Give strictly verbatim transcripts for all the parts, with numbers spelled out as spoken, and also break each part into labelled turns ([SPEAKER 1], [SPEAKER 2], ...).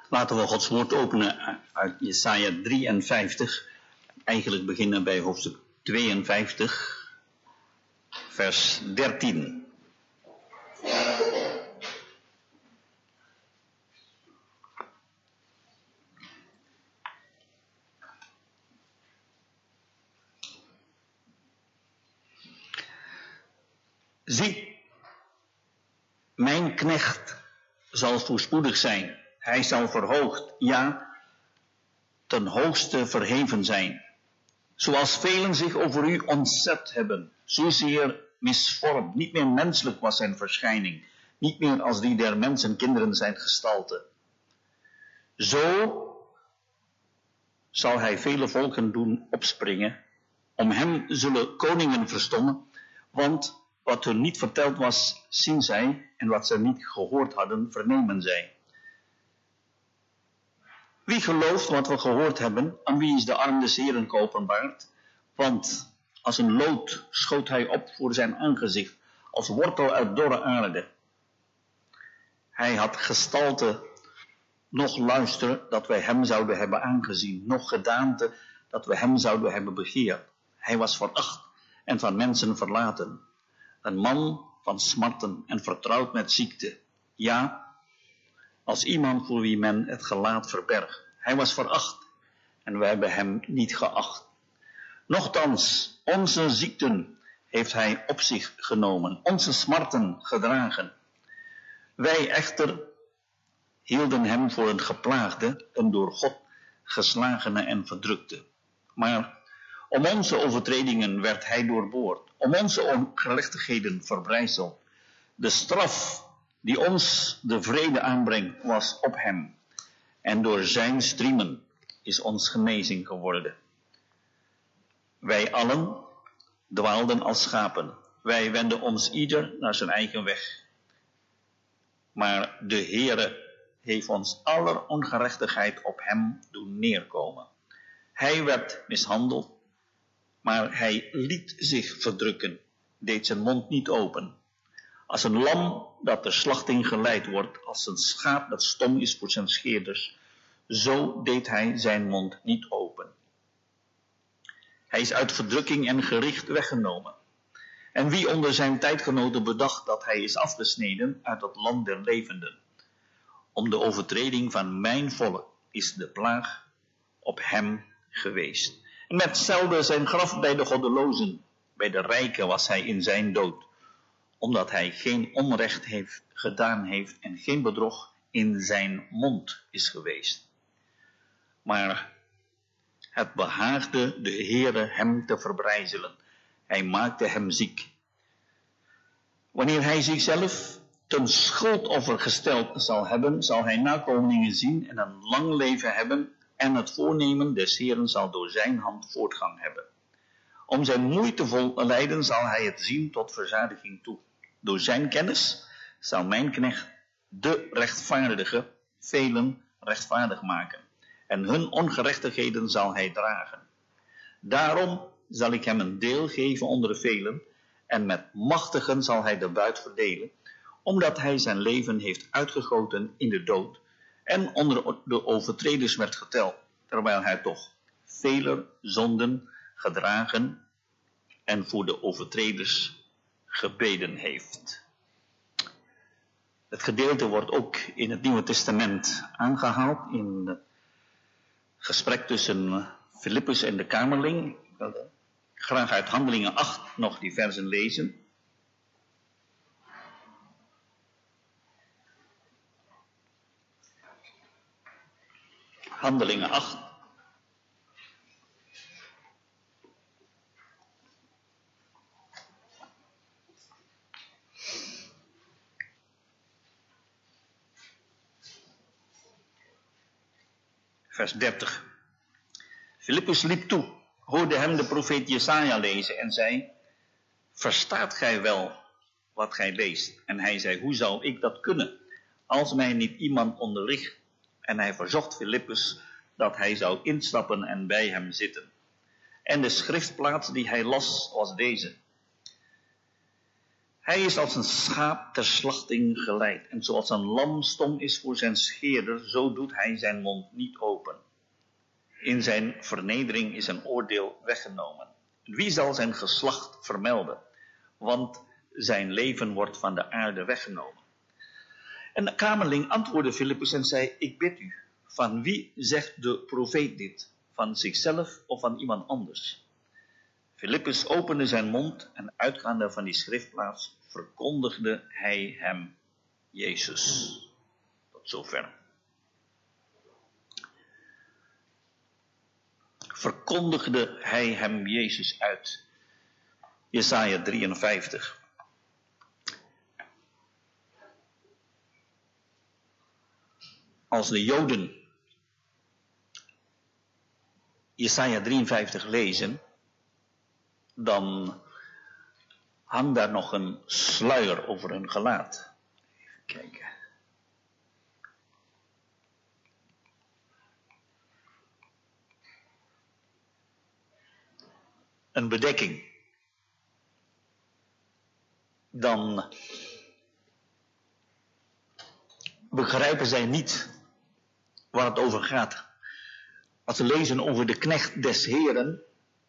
[SPEAKER 1] Laten we Gods woord openen uit Jesaja drieënvijftig. Eigenlijk beginnen bij hoofdstuk tweeënvijftig, vers dertien. Zie, mijn knecht zal voorspoedig zijn. Hij zal verhoogd, ja, ten hoogste verheven zijn. Zoals velen zich over u ontzet hebben, zozeer misvormd, niet meer menselijk was zijn verschijning, niet meer als die der mensen kinderen zijn gestalte. Zo zal hij vele volken doen opspringen, om hem zullen koningen verstommen, want wat hun niet verteld was, zien zij, en wat ze niet gehoord hadden, vernemen zij. Wie gelooft wat we gehoord hebben, aan wie is de arm des Heeren geopenbaard? Want als een lood schoot hij op voor zijn aangezicht, als wortel uit dorre aarde. Hij had gestalte, noch luister, dat wij hem zouden hebben aangezien, noch gedaante, dat we hem zouden hebben begeerd. Hij was veracht en van mensen verlaten. Een man van smarten en vertrouwd met ziekte. Ja, als iemand voor wie men het gelaat verbergt. Hij was veracht en wij hebben hem niet geacht. Nochtans, onze ziekten heeft hij op zich genomen, onze smarten gedragen. Wij echter hielden hem voor een geplaagde, een door God geslagene en verdrukte. Maar om onze overtredingen werd hij doorboord, om onze ongerechtigheden verbrijzeld. De straf die ons de vrede aanbrengt was op hem. En door zijn striemen is ons genezing geworden. Wij allen dwaalden als schapen. Wij wenden ons ieder naar zijn eigen weg. Maar de Heere heeft ons aller ongerechtigheid op hem doen neerkomen. Hij werd mishandeld, maar hij liet zich verdrukken, deed zijn mond niet open. Als een lam dat ter slachting geleid wordt, als een schaap dat stom is voor zijn scheerders, zo deed hij zijn mond niet open. Hij is uit verdrukking en gericht weggenomen. En wie onder zijn tijdgenoten bedacht dat hij is afgesneden uit het land der levenden? Om de overtreding van mijn volk is de plaag op hem geweest. En met zelden zijn graf bij de goddelozen, bij de rijken was hij in zijn dood, omdat hij geen onrecht heeft gedaan heeft en geen bedrog in zijn mond is geweest. Maar het behaagde de Heere hem te verbrijzelen. Hij maakte hem ziek. Wanneer hij zichzelf ten schuldoffer gesteld zal hebben, zal hij nakomelingen zien en een lang leven hebben, en het voornemen des Heeren zal door zijn hand voortgang hebben. Om zijn moeitevol lijden zal hij het zien tot verzadiging toe. Door zijn kennis zal mijn knecht, de rechtvaardige, velen rechtvaardig maken. En hun ongerechtigheden zal hij dragen. Daarom zal ik hem een deel geven onder de velen, en met machtigen zal hij de buit verdelen, omdat hij zijn leven heeft uitgegoten in de dood, en onder de overtreders werd geteld, terwijl hij toch veler zonden gedragen en voor de overtreders gebeden heeft. Het gedeelte wordt ook in het Nieuwe Testament aangehaald in het gesprek tussen Filippus en de kamerling. Ik wil graag uit Handelingen acht nog die versen lezen. Handelingen acht. Vers dertig. Filippus liep toe, hoorde hem de profeet Jesaja lezen en zei: verstaat gij wel wat gij leest? En hij zei: hoe zou ik dat kunnen, als mij niet iemand onderricht? En hij verzocht Filippus dat hij zou instappen en bij hem zitten. En de schriftplaats die hij las was deze. Hij is als een schaap ter slachting geleid. En zoals een lam stom is voor zijn scheerder, zo doet hij zijn mond niet open. In zijn vernedering is een oordeel weggenomen. Wie zal zijn geslacht vermelden? Want zijn leven wordt van de aarde weggenomen. En de kamerling antwoordde Filippus en zei, ik bid u, van wie zegt de profeet dit? Van zichzelf of van iemand anders? Filippus opende zijn mond en uitgaande van die schriftplaats verkondigde hij hem Jezus. Tot zover. Verkondigde hij hem Jezus uit. Jesaja drieënvijftig. Als de Joden Jesaja drieënvijftig lezen, dan hangt daar nog een sluier over hun gelaat. Even kijken. Een bedekking. Dan begrijpen zij niet waar het over gaat. Als ze lezen over de knecht des Heren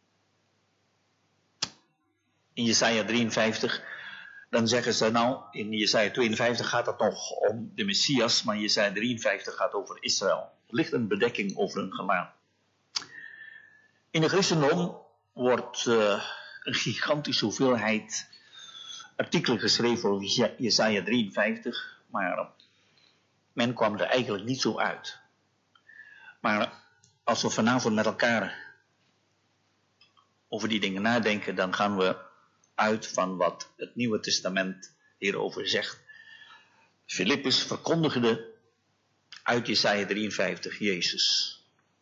[SPEAKER 1] in Jesaja drieënvijftig, dan zeggen ze nou, in Jesaja tweeënvijftig gaat het nog om de Messias, maar Jesaja drieënvijftig gaat over Israël. Er ligt een bedekking over hun gelaat. In de christendom wordt uh, een gigantische hoeveelheid artikelen geschreven over Jesaja drieënvijftig, maar men kwam er eigenlijk niet zo uit. Maar als we vanavond met elkaar over die dingen nadenken, dan gaan we uit van wat het Nieuwe Testament hierover zegt. Filippus verkondigde uit Jesaja drieënvijftig Jezus.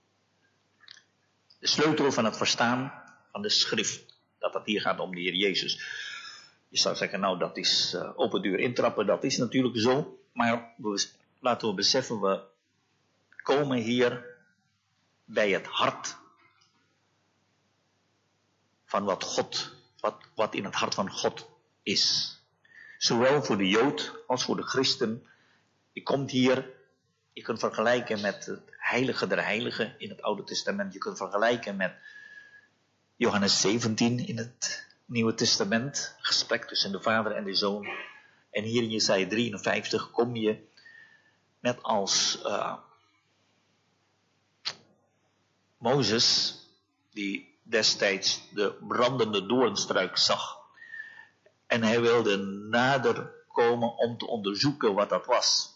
[SPEAKER 1] De sleutel van het verstaan van de schrift, dat het hier gaat om de Heer Jezus. Je zou zeggen, nou dat is uh, op het duur intrappen, dat is natuurlijk zo. Maar we, laten we beseffen, we komen hier bij het hart van wat God, wat, wat in het hart van God is. Zowel voor de Jood als voor de christen. Je komt hier, je kunt vergelijken met het heilige der heiligen in het Oude Testament. Je kunt vergelijken met Johannes zeventien in het Nieuwe Testament. Gesprek tussen de vader en de zoon. En hier in Jesaja drieënvijftig kom je net als uh, Mozes, die destijds de brandende doornstruik zag. En hij wilde nader komen om te onderzoeken wat dat was.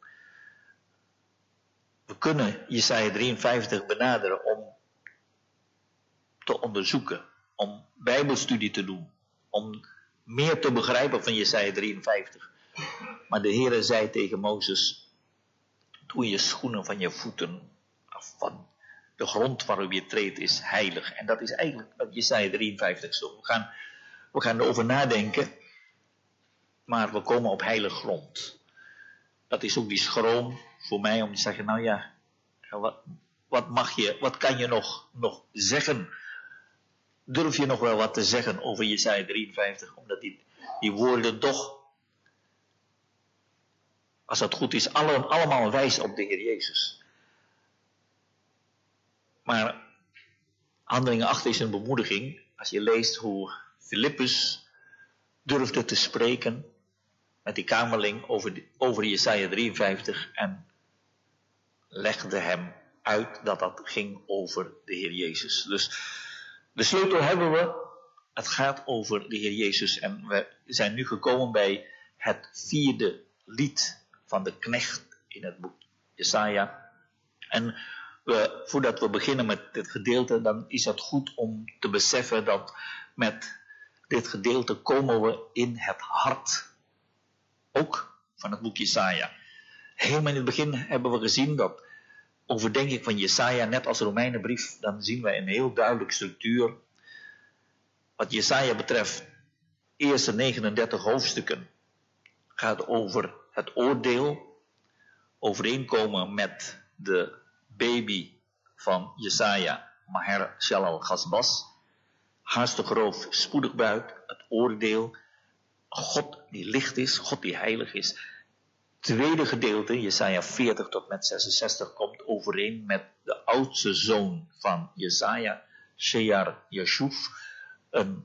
[SPEAKER 1] We kunnen Jesaja drieënvijftig benaderen om te onderzoeken, om bijbelstudie te doen, om meer te begrijpen van Jesaja drieënvijftig. Maar de Heere zei tegen Mozes, doe je schoenen van je voeten af, van de grond waarop je treedt is heilig. En dat is eigenlijk wat Jesaja drieënvijftig zo. We gaan, we gaan erover nadenken, maar we komen op heilig grond. Dat is ook die schroom voor mij om te zeggen, nou ja, wat, wat mag je, wat kan je nog, nog zeggen? Durf je nog wel wat te zeggen over Jesaja drieënvijftig, omdat die, die woorden toch, als dat goed is, alle, allemaal wijzen op de Heer Jezus. Maar Handelingen acht is een bemoediging. Als je leest hoe Filippus durfde te spreken met die kamerling over, die, over Jesaja drieënvijftig en legde hem uit dat dat ging over de Heer Jezus. Dus de sleutel hebben we. Het gaat over de Heer Jezus en we zijn nu gekomen bij het vierde lied van de knecht in het boek Jesaja. En we, voordat we beginnen met dit gedeelte, dan is het goed om te beseffen dat met dit gedeelte komen we in het hart. Ook van het boek Jesaja. Helemaal in het begin hebben we gezien dat overdenking van Jesaja, net als de Romeinenbrief, dan zien we een heel duidelijke structuur. Wat Jesaja betreft, eerste negenendertig hoofdstukken gaat over het oordeel, overeenkomen met de baby van Jesaja, Maher Shalal Gazbas, haastig roof, spoedig buit, het oordeel, God die licht is, God die heilig is. Tweede gedeelte, Jesaja veertig tot met zesenzestig, komt overeen met de oudste zoon van Jesaja, Shear Yashuf. Een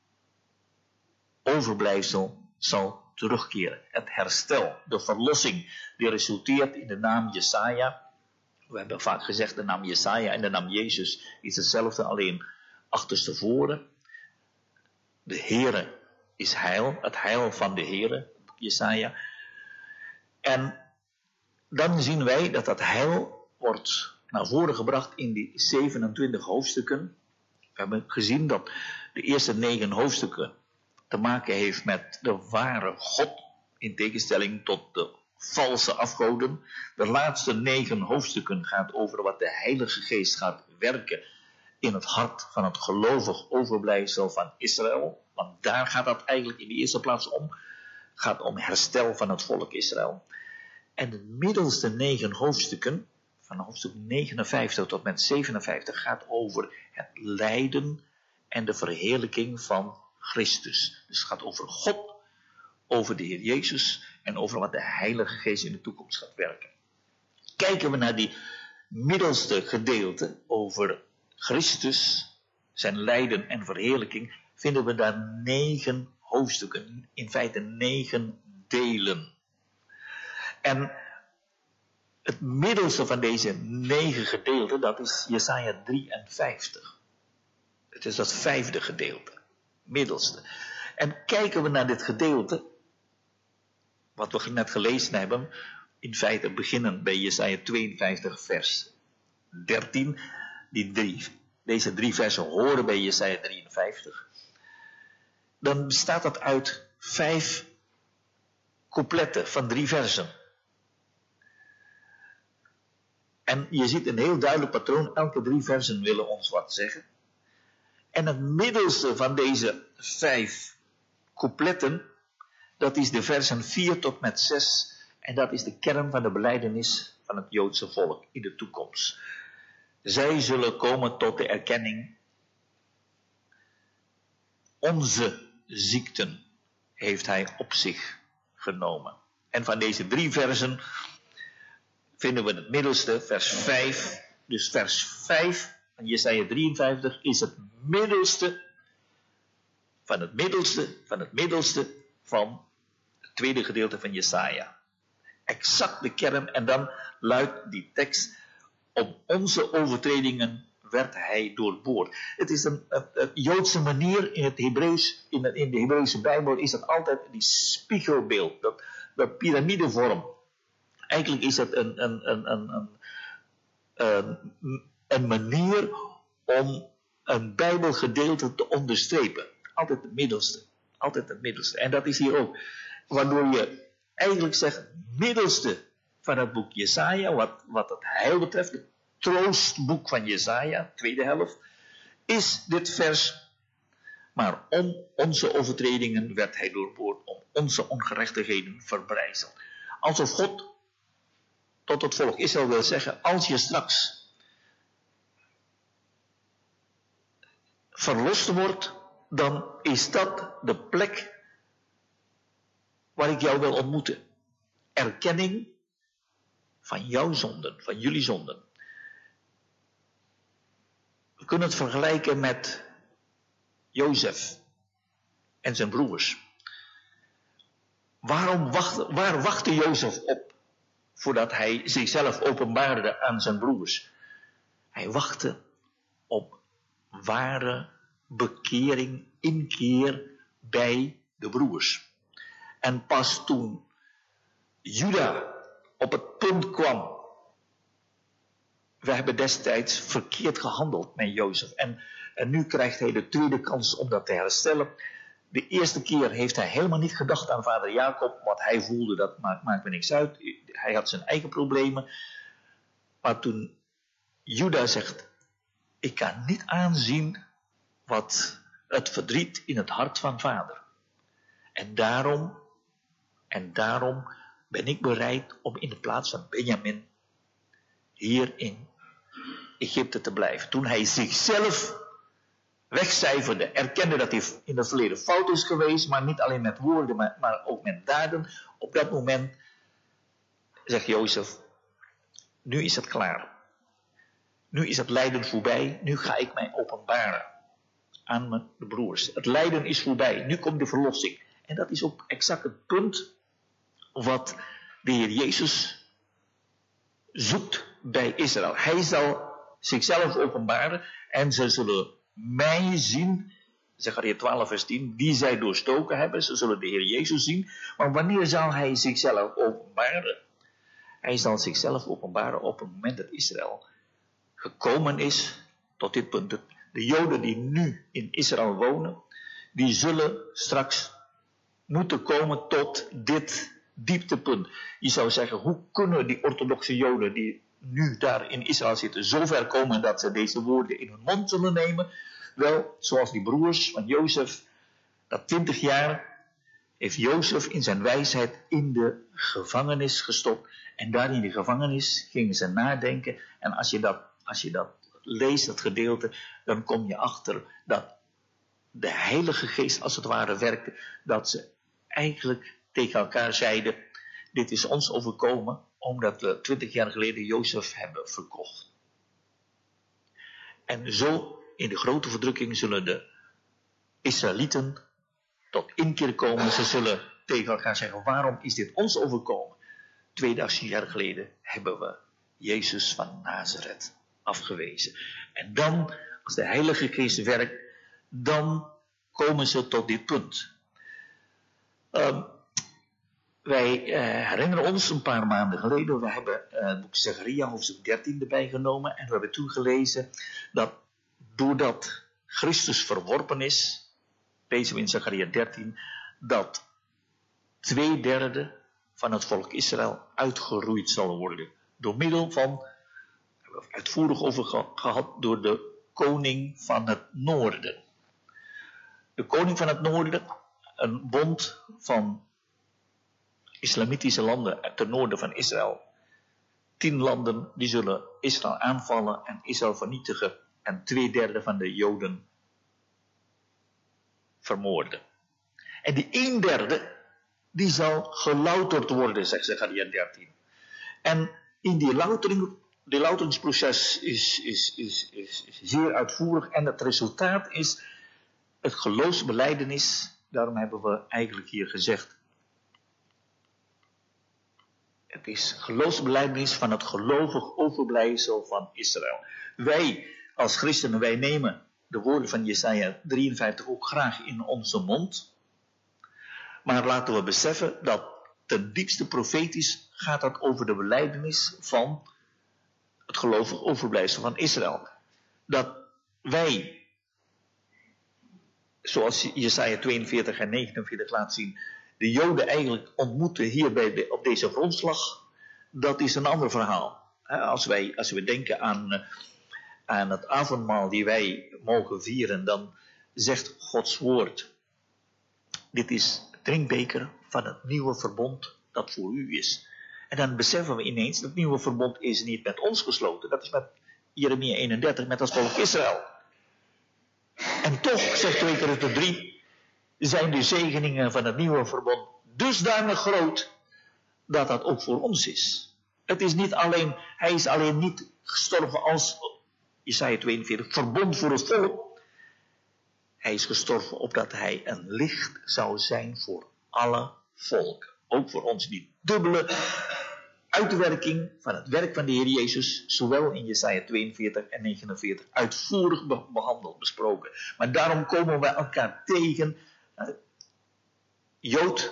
[SPEAKER 1] overblijfsel zal terugkeren. Het herstel, de verlossing, die resulteert in de naam Jesaja. We hebben vaak gezegd, de naam Jesaja en de naam Jezus is hetzelfde, alleen achterstevoren. De Heere is heil, het heil van de Heere, Jesaja. En dan zien wij dat dat heil wordt naar voren gebracht in die zevenentwintig hoofdstukken. We hebben gezien dat de eerste negen hoofdstukken te maken heeft met de ware God, in tegenstelling tot de valse afgoden. De laatste negen hoofdstukken gaat over wat de Heilige Geest gaat werken in het hart van het gelovig overblijfsel van Israël. Want daar gaat dat eigenlijk in de eerste plaats om. Het gaat om herstel van het volk Israël. En de middelste negen hoofdstukken, van hoofdstuk negenenvijftig tot met zevenenvijftig, gaat over het lijden en de verheerlijking van Christus. Dus het gaat over God, over de Heer Jezus en over wat de Heilige Geest in de toekomst gaat werken. Kijken we naar die middelste gedeelte over Christus, zijn lijden en verheerlijking, vinden we daar negen hoofdstukken, in feite negen delen. En het middelste van deze negen gedeelten, dat is Jesaja drieënvijftig. Het is dat vijfde gedeelte, middelste. En kijken we naar dit gedeelte, wat we net gelezen hebben, in feite beginnen bij Jesaja tweeënvijftig vers dertien. Die drie, deze drie versen horen bij Jesaja drieënvijftig. Dan bestaat dat uit vijf coupletten van drie versen. En je ziet een heel duidelijk patroon, elke drie versen willen ons wat zeggen. En het middelste van deze vijf coupletten, dat is de versen vier tot met zes. En dat is de kern van de belijdenis van het Joodse volk in de toekomst. Zij zullen komen tot de erkenning. Onze ziekten heeft hij op zich genomen. En van deze drie versen vinden we het middelste, vers vijf. Dus vers vijf van Jesaja drieënvijftig is het middelste van het middelste van het middelste van het tweede gedeelte van Jesaja. Exact de kern, en dan luidt die tekst: om onze overtredingen werd hij doorboord. Het is een, een, een Joodse manier in het Hebreeuws, in de, in de Hebreeuwse Bijbel is dat altijd die spiegelbeeld, dat, dat piramidevorm. Eigenlijk is het een, een, een, een, een, een manier om een Bijbelgedeelte te onderstrepen. Altijd het middelste. Altijd het middelste. En dat is hier ook. Waardoor je eigenlijk zegt, middelste van het boek Jesaja, wat, wat het heil betreft, het troostboek van Jesaja, tweede helft, is dit vers: maar om onze overtredingen werd hij doorboord, om onze ongerechtigheden verbrijzeld. Alsof God tot het volk Israël wil zeggen, als je straks verlost wordt, dan is dat de plek waar ik jou wil ontmoeten. Erkenning van jouw zonden, van jullie zonden. We kunnen het vergelijken met Jozef en zijn broers. Waarom wacht, waar wachtte Jozef op voordat hij zichzelf openbaarde aan zijn broers? Hij wachtte op ware bekering, inkeer bij de broers. En pas toen Juda op het punt kwam, we hebben destijds verkeerd gehandeld met Jozef. En, en nu krijgt hij de tweede kans om dat te herstellen. De eerste keer heeft hij helemaal niet gedacht aan vader Jacob, want hij voelde dat maakt, maakt me niks uit. Hij had zijn eigen problemen. Maar toen Juda zegt, ik kan niet aanzien wat het verdriet in het hart van vader. En daarom, en daarom ben ik bereid om in de plaats van Benjamin hier in Egypte te blijven. Toen hij zichzelf wegcijferde, erkende dat hij in het verleden fout is geweest, maar niet alleen met woorden, maar, maar ook met daden. Op dat moment zegt Jozef, nu is het klaar. Nu is het lijden voorbij, nu ga ik mij openbaren aan mijn broers. Het lijden is voorbij, nu komt de verlossing. En dat is ook exact het punt wat de Heer Jezus zoekt bij Israël. Hij zal zichzelf openbaren en ze zullen mij zien, Zechariah twaalf vers tien, die zij doorstoken hebben, ze zullen de Heer Jezus zien. Maar wanneer zal hij zichzelf openbaren? Hij zal zichzelf openbaren op het moment dat Israël gekomen is tot dit punt. De Joden die nu in Israël wonen, die zullen straks moeten komen tot dit dieptepunt. Je zou zeggen, hoe kunnen die orthodoxe Joden die nu daar in Israël zitten zo ver komen dat ze deze woorden in hun mond zullen nemen? Wel, zoals die broers van Jozef, dat twintig jaar heeft Jozef in zijn wijsheid in de gevangenis gestopt. En daar in de gevangenis gingen ze nadenken. En als je dat, als je dat leest, dat gedeelte, dan kom je achter dat de Heilige Geest als het ware werkte. Dat ze eigenlijk tegen elkaar zeiden, dit is ons overkomen omdat we twintig jaar geleden Jozef hebben verkocht. En zo in de grote verdrukking zullen de Israëlieten tot inkeer komen. Ze zullen tegen elkaar zeggen, waarom is dit ons overkomen? tweeduizend jaar geleden hebben we Jezus van Nazareth afgewezen. En dan, als de Heilige Geest werkt, dan komen ze tot dit punt. Um, wij uh, herinneren ons een paar maanden geleden, we hebben uh, het boek Zechariah hoofdstuk dertien erbij genomen en we hebben toen gelezen dat doordat Christus verworpen is, lezen we in Zechariah dertien, dat twee derde van het volk Israël uitgeroeid zal worden. Door middel van, daar hebben we uitvoerig over gehad, door de koning van het noorden. De koning van het noorden, een bond van islamitische landen ten noorden van Israël. Tien landen die zullen Israël aanvallen en Israël vernietigen en twee derde van de Joden vermoorden. En die een derde, die zal gelouterd worden, zegt Zechariah dertien. En in die loutering, die louteringsproces is, is, is, is, is zeer uitvoerig en het resultaat is het geloofsbelijdenis. Daarom hebben we eigenlijk hier gezegd, het is geloofsbelijdenis van het gelovig overblijfsel van Israël. Wij als christenen, wij nemen de woorden van Jesaja drieënvijftig ook graag in onze mond. Maar laten we beseffen dat ten diepste profetisch gaat dat over de belijdenis van het gelovig overblijfsel van Israël. Dat wij, zoals Jesaja tweeënveertig en negenenveertig laat zien, de Joden eigenlijk ontmoeten hier bij de, op deze grondslag, dat is een ander verhaal. Als wij, als we denken aan, aan het avondmaal die wij mogen vieren, dan zegt Gods woord, dit is de drinkbeker van het nieuwe verbond dat voor u is. En dan beseffen we ineens, dat het nieuwe verbond is niet met ons gesloten, dat is met Jeremia eenendertig, met het volk Israël. En toch, zegt twee Korinthe drie, zijn de zegeningen van het nieuwe verbond dusdanig groot, dat dat ook voor ons is. Het is niet alleen, hij is alleen niet gestorven als, Jesaja tweeënveertig, verbond voor het volk. Hij is gestorven opdat hij een licht zou zijn voor alle volken. Ook voor ons, die dubbele uitwerking van het werk van de Heer Jezus, zowel in Jesaja tweeënveertig en negenenveertig, uitvoerig behandeld, besproken. Maar daarom komen we elkaar tegen, uh, Jood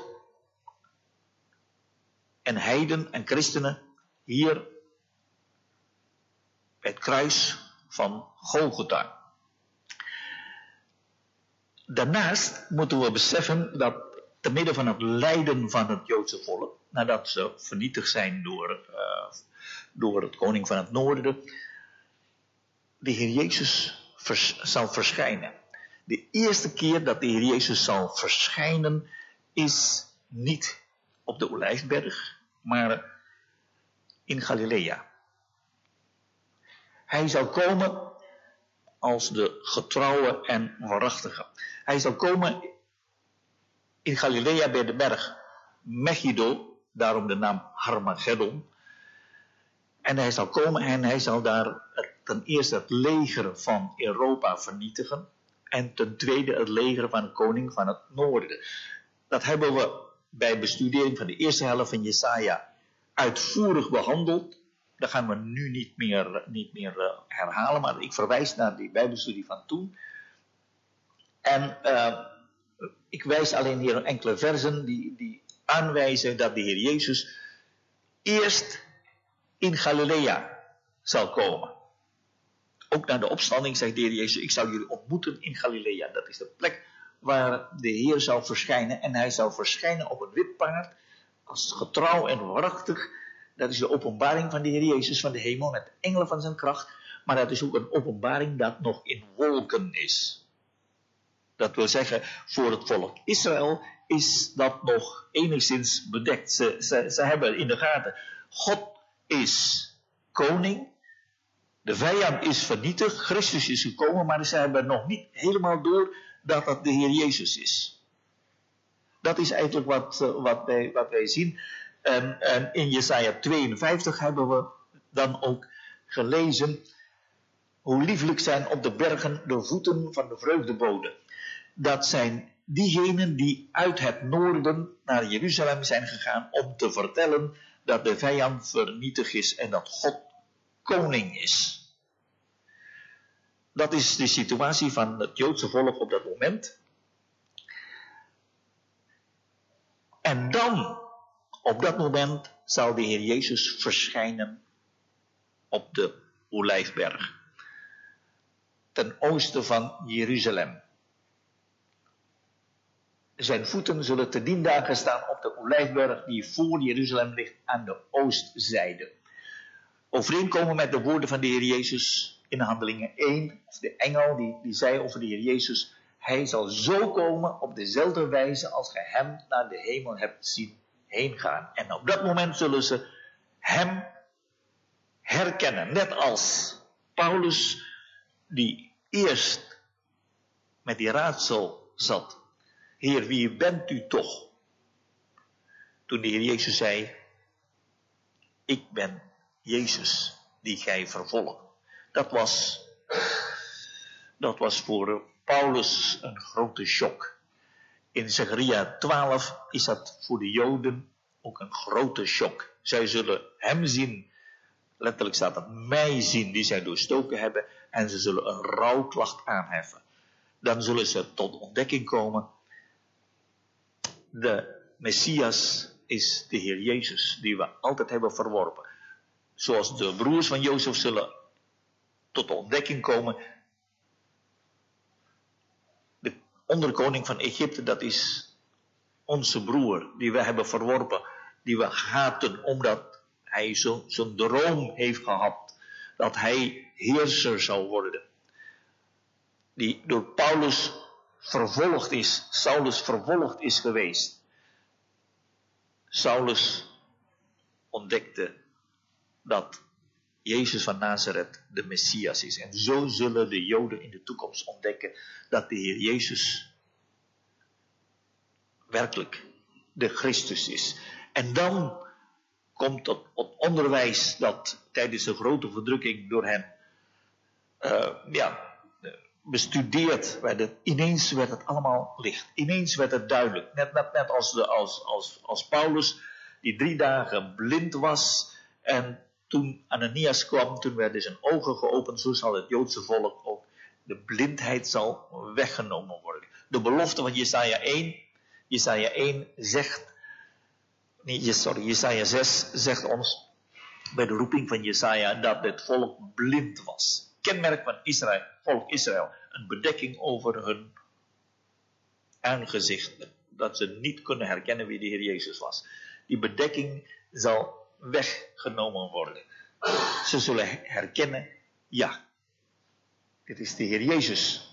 [SPEAKER 1] en heiden en christenen, hier bij het kruis van Golgotha. Daarnaast moeten we beseffen dat te midden van het lijden van het Joodse volk, nadat ze vernietigd zijn door, uh, door het koning van het noorden, de Heer Jezus vers, zal verschijnen. De eerste keer dat de Heer Jezus zal verschijnen is niet op de Olijfberg, maar in Galilea. Hij zal komen als de getrouwe en waarachtige. Hij zal komen in Galilea bij de berg Megiddo, daarom de naam Harmageddon. En hij zal komen en hij zal daar ten eerste het leger van Europa vernietigen. En ten tweede het leger van de koning van het noorden. Dat hebben we bij bestudering van de eerste helft van Jesaja uitvoerig behandeld. Dat gaan we nu niet meer, niet meer uh, herhalen, maar ik verwijs naar die bijbelstudie van toen. En uh, ik wijs alleen hier enkele versen die, die aanwijzen dat de Heer Jezus eerst in Galilea zal komen. Ook na de opstanding zegt de Heer Jezus, ik zal jullie ontmoeten in Galilea. Dat is de plek waar de Heer zal verschijnen. En hij zal verschijnen op een wit paard, als getrouw en waarachtig. Dat is de openbaring van de Heer Jezus van de hemel, met engelen van zijn kracht. Maar dat is ook een openbaring dat nog in wolken is. Dat wil zeggen, voor het volk Israël is dat nog enigszins bedekt. Ze, ze, ze hebben in de gaten, God is koning. De vijand is vernietigd, Christus is gekomen, maar ze hebben nog niet helemaal door dat dat de Heer Jezus is. Dat is eigenlijk wat, wat, wij, wat wij zien. En, en in Jesaja tweeënvijftig hebben we dan ook gelezen hoe lieflijk zijn op de bergen de voeten van de vreugdeboden. Dat zijn diegenen die uit het noorden naar Jeruzalem zijn gegaan om te vertellen dat de vijand vernietigd is en dat God koning is. Dat is de situatie van het Joodse volk op dat moment. En dan, op dat moment, zal de Heer Jezus verschijnen op de Olijfberg. Ten oosten van Jeruzalem. Zijn voeten zullen te dien dagen staan op de Olijfberg die voor Jeruzalem ligt aan de oostzijde. Overeenkomen met de woorden van de Heer Jezus in Handelingen één, of de engel die, die zei over de Heer Jezus, hij zal zo komen op dezelfde wijze als gij hem naar de hemel hebt zien heen gaan. En op dat moment zullen ze hem herkennen, net als Paulus die eerst met die raadsel zat. Heer, wie bent u toch? Toen de Heer Jezus zei, ik ben Jezus die gij vervolgt. Dat was, dat was voor Paulus een grote shock. In Zacharia twaalf is dat voor de Joden ook een grote shock. Zij zullen hem zien, letterlijk staat dat, mij zien die zij doorstoken hebben, en ze zullen een rouwklacht aanheffen. Dan zullen ze tot ontdekking komen, de Messias is de Heer Jezus, die we altijd hebben verworpen. Zoals de broers van Jozef zullen tot de ontdekking komen, de onderkoning van Egypte, dat is onze broer, die we hebben verworpen, die we haten, omdat hij zo, zo'n droom heeft gehad, dat hij heerser zou worden. Die door Paulus vervolgd is, Saulus vervolgd is geweest. Saulus ontdekte dat Jezus van Nazareth de Messias is. En zo zullen de Joden in de toekomst ontdekken dat de Heer Jezus werkelijk de Christus is. En dan komt het, het onderwijs dat tijdens de grote verdrukking door hen uh, ja, bestudeerd werd. Ineens werd het allemaal licht. Ineens werd het duidelijk. Net, net, net als, de, als, als, als Paulus die drie dagen blind was en toen Ananias kwam, toen werden zijn ogen geopend, zo zal het Joodse volk ook, de blindheid zal weggenomen worden. De belofte van Jesaja één, Jesaja één zegt, nee, sorry, Jesaja zes zegt ons, bij de roeping van Jesaja, dat het volk blind was. Kenmerk van Israël, volk Israël, een bedekking over hun aangezicht, dat ze niet kunnen herkennen wie de Heer Jezus was. Die bedekking zal weggenomen worden. Ze zullen herkennen, ja, dit is de Heer Jezus.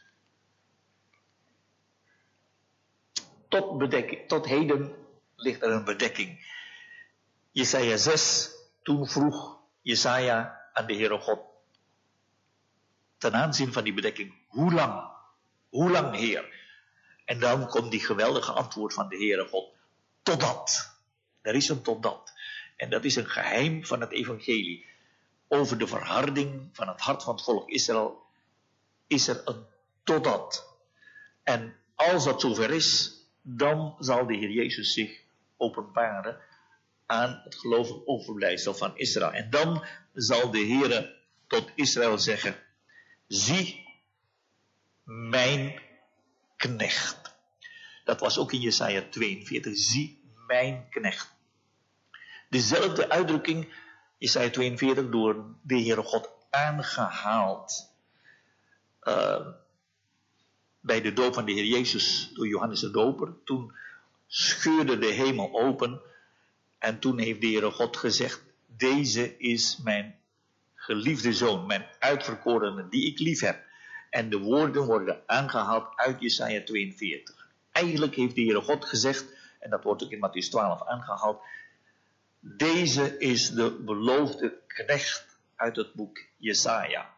[SPEAKER 1] Tot, bedekking, tot heden ligt er een bedekking. Jesaja zes, toen vroeg Jesaja aan de Heere God,
[SPEAKER 2] ten aanzien van die bedekking, hoe lang? Hoe lang, Heer? En dan komt die geweldige antwoord van de Heere God. Totdat. Er is een totdat. En dat is een geheim van het evangelie. Over de verharding van het hart van het volk Israël is er een totdat. En als dat zover is, dan zal de Heer Jezus zich openbaren aan het gelovig overblijfsel van Israël. En dan zal de Heere tot Israël zeggen, zie mijn knecht. Dat was ook in Jesaja tweeënveertig, zie mijn knecht. Dezelfde uitdrukking, Jesaja tweeënveertig, door de Heere God aangehaald. Uh, bij de doop van de Heer Jezus door Johannes de Doper. Toen scheurde de hemel open. En toen heeft de Heere God gezegd, deze is mijn geliefde zoon, mijn uitverkorene, die ik lief heb. En de woorden worden aangehaald uit Jesaja tweeënveertig. Eigenlijk heeft de Heere God gezegd, en dat wordt ook in Mattheüs twaalf aangehaald, deze is de beloofde knecht uit het boek Jesaja.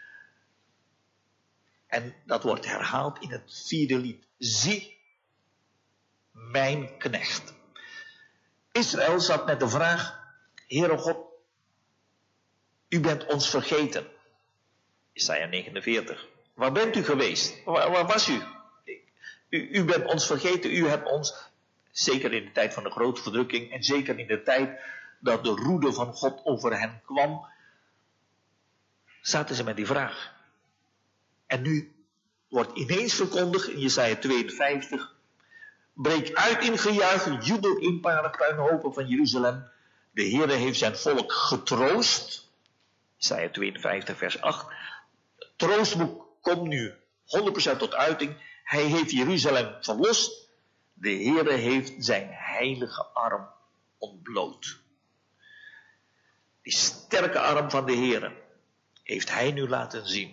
[SPEAKER 2] En dat wordt herhaald in het vierde lied. Zie mijn knecht. Israël zat met de vraag, Heere God, u bent ons vergeten. Jesaja negenenveertig. Waar bent u geweest? Waar, waar was u? u? U bent ons vergeten, u hebt ons, zeker in de tijd van de grote verdrukking en zeker in de tijd dat de roede van God over hen kwam, zaten ze met die vraag. En nu wordt ineens verkondigd in Jesaja tweeënvijftig, breek uit in gejuich, jubel in paardenpuinhopen van Jeruzalem. De Heere heeft zijn volk getroost. Jesaja tweeënvijftig vers acht. Het troostboek komt nu honderd procent tot uiting. Hij heeft Jeruzalem verlost. De Heere heeft zijn heilige arm ontbloot. Die sterke arm van de Heere heeft hij nu laten zien.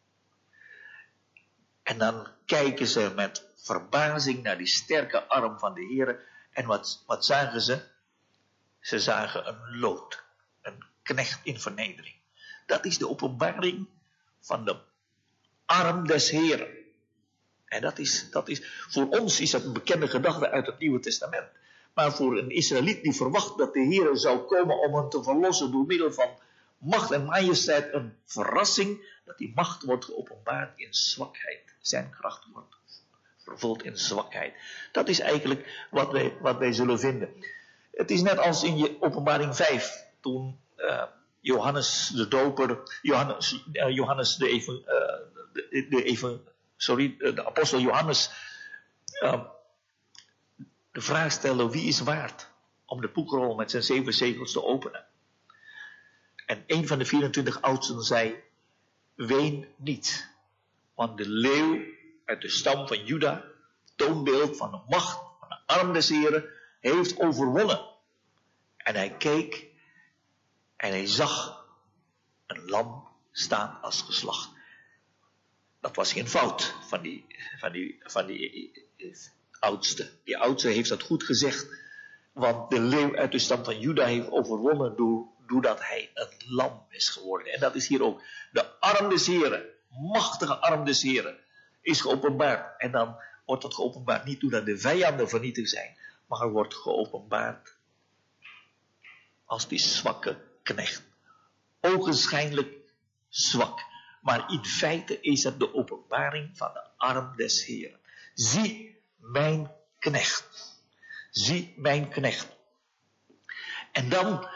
[SPEAKER 2] En dan kijken ze met verbazing naar die sterke arm van de Heere. En wat, wat zagen ze? Ze zagen een loot. Een knecht in vernedering. Dat is de openbaring van de arm des Heeren. En dat is, dat is, voor ons is dat een bekende gedachte uit het Nieuwe Testament. Maar voor een Israëliet die verwacht dat de Heere zou komen om hem te verlossen door middel van macht en majesteit, een verrassing dat die macht wordt geopenbaard in zwakheid. Zijn kracht wordt vervuld in zwakheid. Dat is eigenlijk wat wij, wat wij zullen vinden. Het is net als in je Openbaring vijf, toen uh, Johannes de Doper, Johannes, uh, Johannes de, even, uh, de, de, even, sorry, de apostel Johannes uh, de vraag stelde, wie is waard om de boekrol met zijn zeven zegels te openen? En een van de vierentwintig oudsten zei, ween niet, want de leeuw uit de stam van Juda, toonbeeld van de macht, van de arm des Heren, heeft overwonnen. En hij keek en hij zag een lam staan als geslacht. Dat was geen fout van die, van die, van die oudste. Die oudste heeft dat goed gezegd, want de leeuw uit de stam van Juda heeft overwonnen door, doordat hij een lam is geworden. En dat is hier ook. De arm des Heren, machtige arm des Heren, is geopenbaard. En dan wordt dat geopenbaard niet doordat de vijanden vernietigd zijn, maar wordt geopenbaard als die zwakke knecht. Ogenschijnlijk zwak. Maar in feite is het de openbaring van de arm des Heren. Zie mijn knecht. Zie mijn knecht. En dan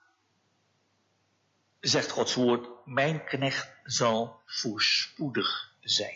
[SPEAKER 2] zegt Gods woord, mijn knecht zal voorspoedig zijn.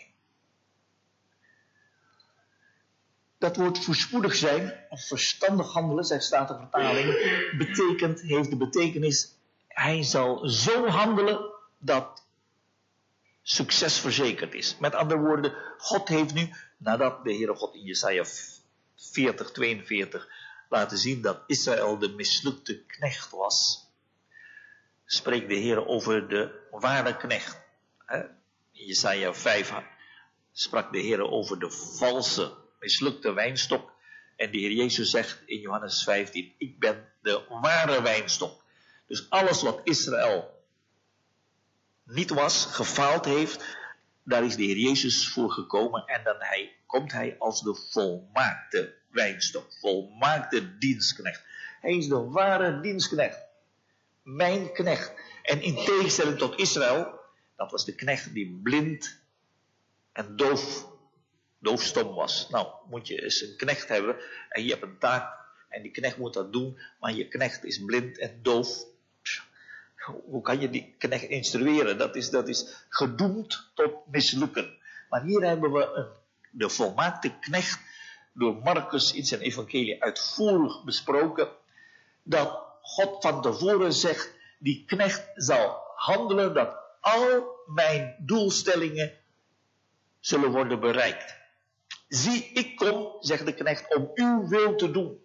[SPEAKER 2] Dat woord voorspoedig zijn, of verstandig handelen, zegt Statenvertaling, betekent, heeft de betekenis, hij zal zo handelen dat succes verzekerd is. Met andere woorden, God heeft nu, nadat de Heere God in Jesaja veertig, tweeënveertig laten zien dat Israël de mislukte knecht was, spreekt de Heere over de ware knecht. In Jesaja vijf sprak de Heere over de valse, mislukte wijnstok. En de Heer Jezus zegt in Johannes vijftien, ik ben de ware wijnstok. Dus alles wat Israël niet was, gefaald heeft, daar is de Heer Jezus voor gekomen en dan hij, komt hij als de volmaakte wijnstok, volmaakte dienstknecht. Hij is de ware dienstknecht, mijn knecht. En in tegenstelling tot Israël, dat was de knecht die blind en doof, doofstom was. Nou, moet je eens een knecht hebben en je hebt een taak en die knecht moet dat doen, maar je knecht is blind en doof. Hoe kan je die knecht instrueren? Dat is, dat is gedoemd tot mislukken. Maar hier hebben we een, de volmaakte knecht door Marcus in zijn evangelie uitvoerig besproken. Dat God van tevoren zegt, die knecht zal handelen dat al mijn doelstellingen zullen worden bereikt. Zie, ik kom, zegt de knecht, om uw wil te doen.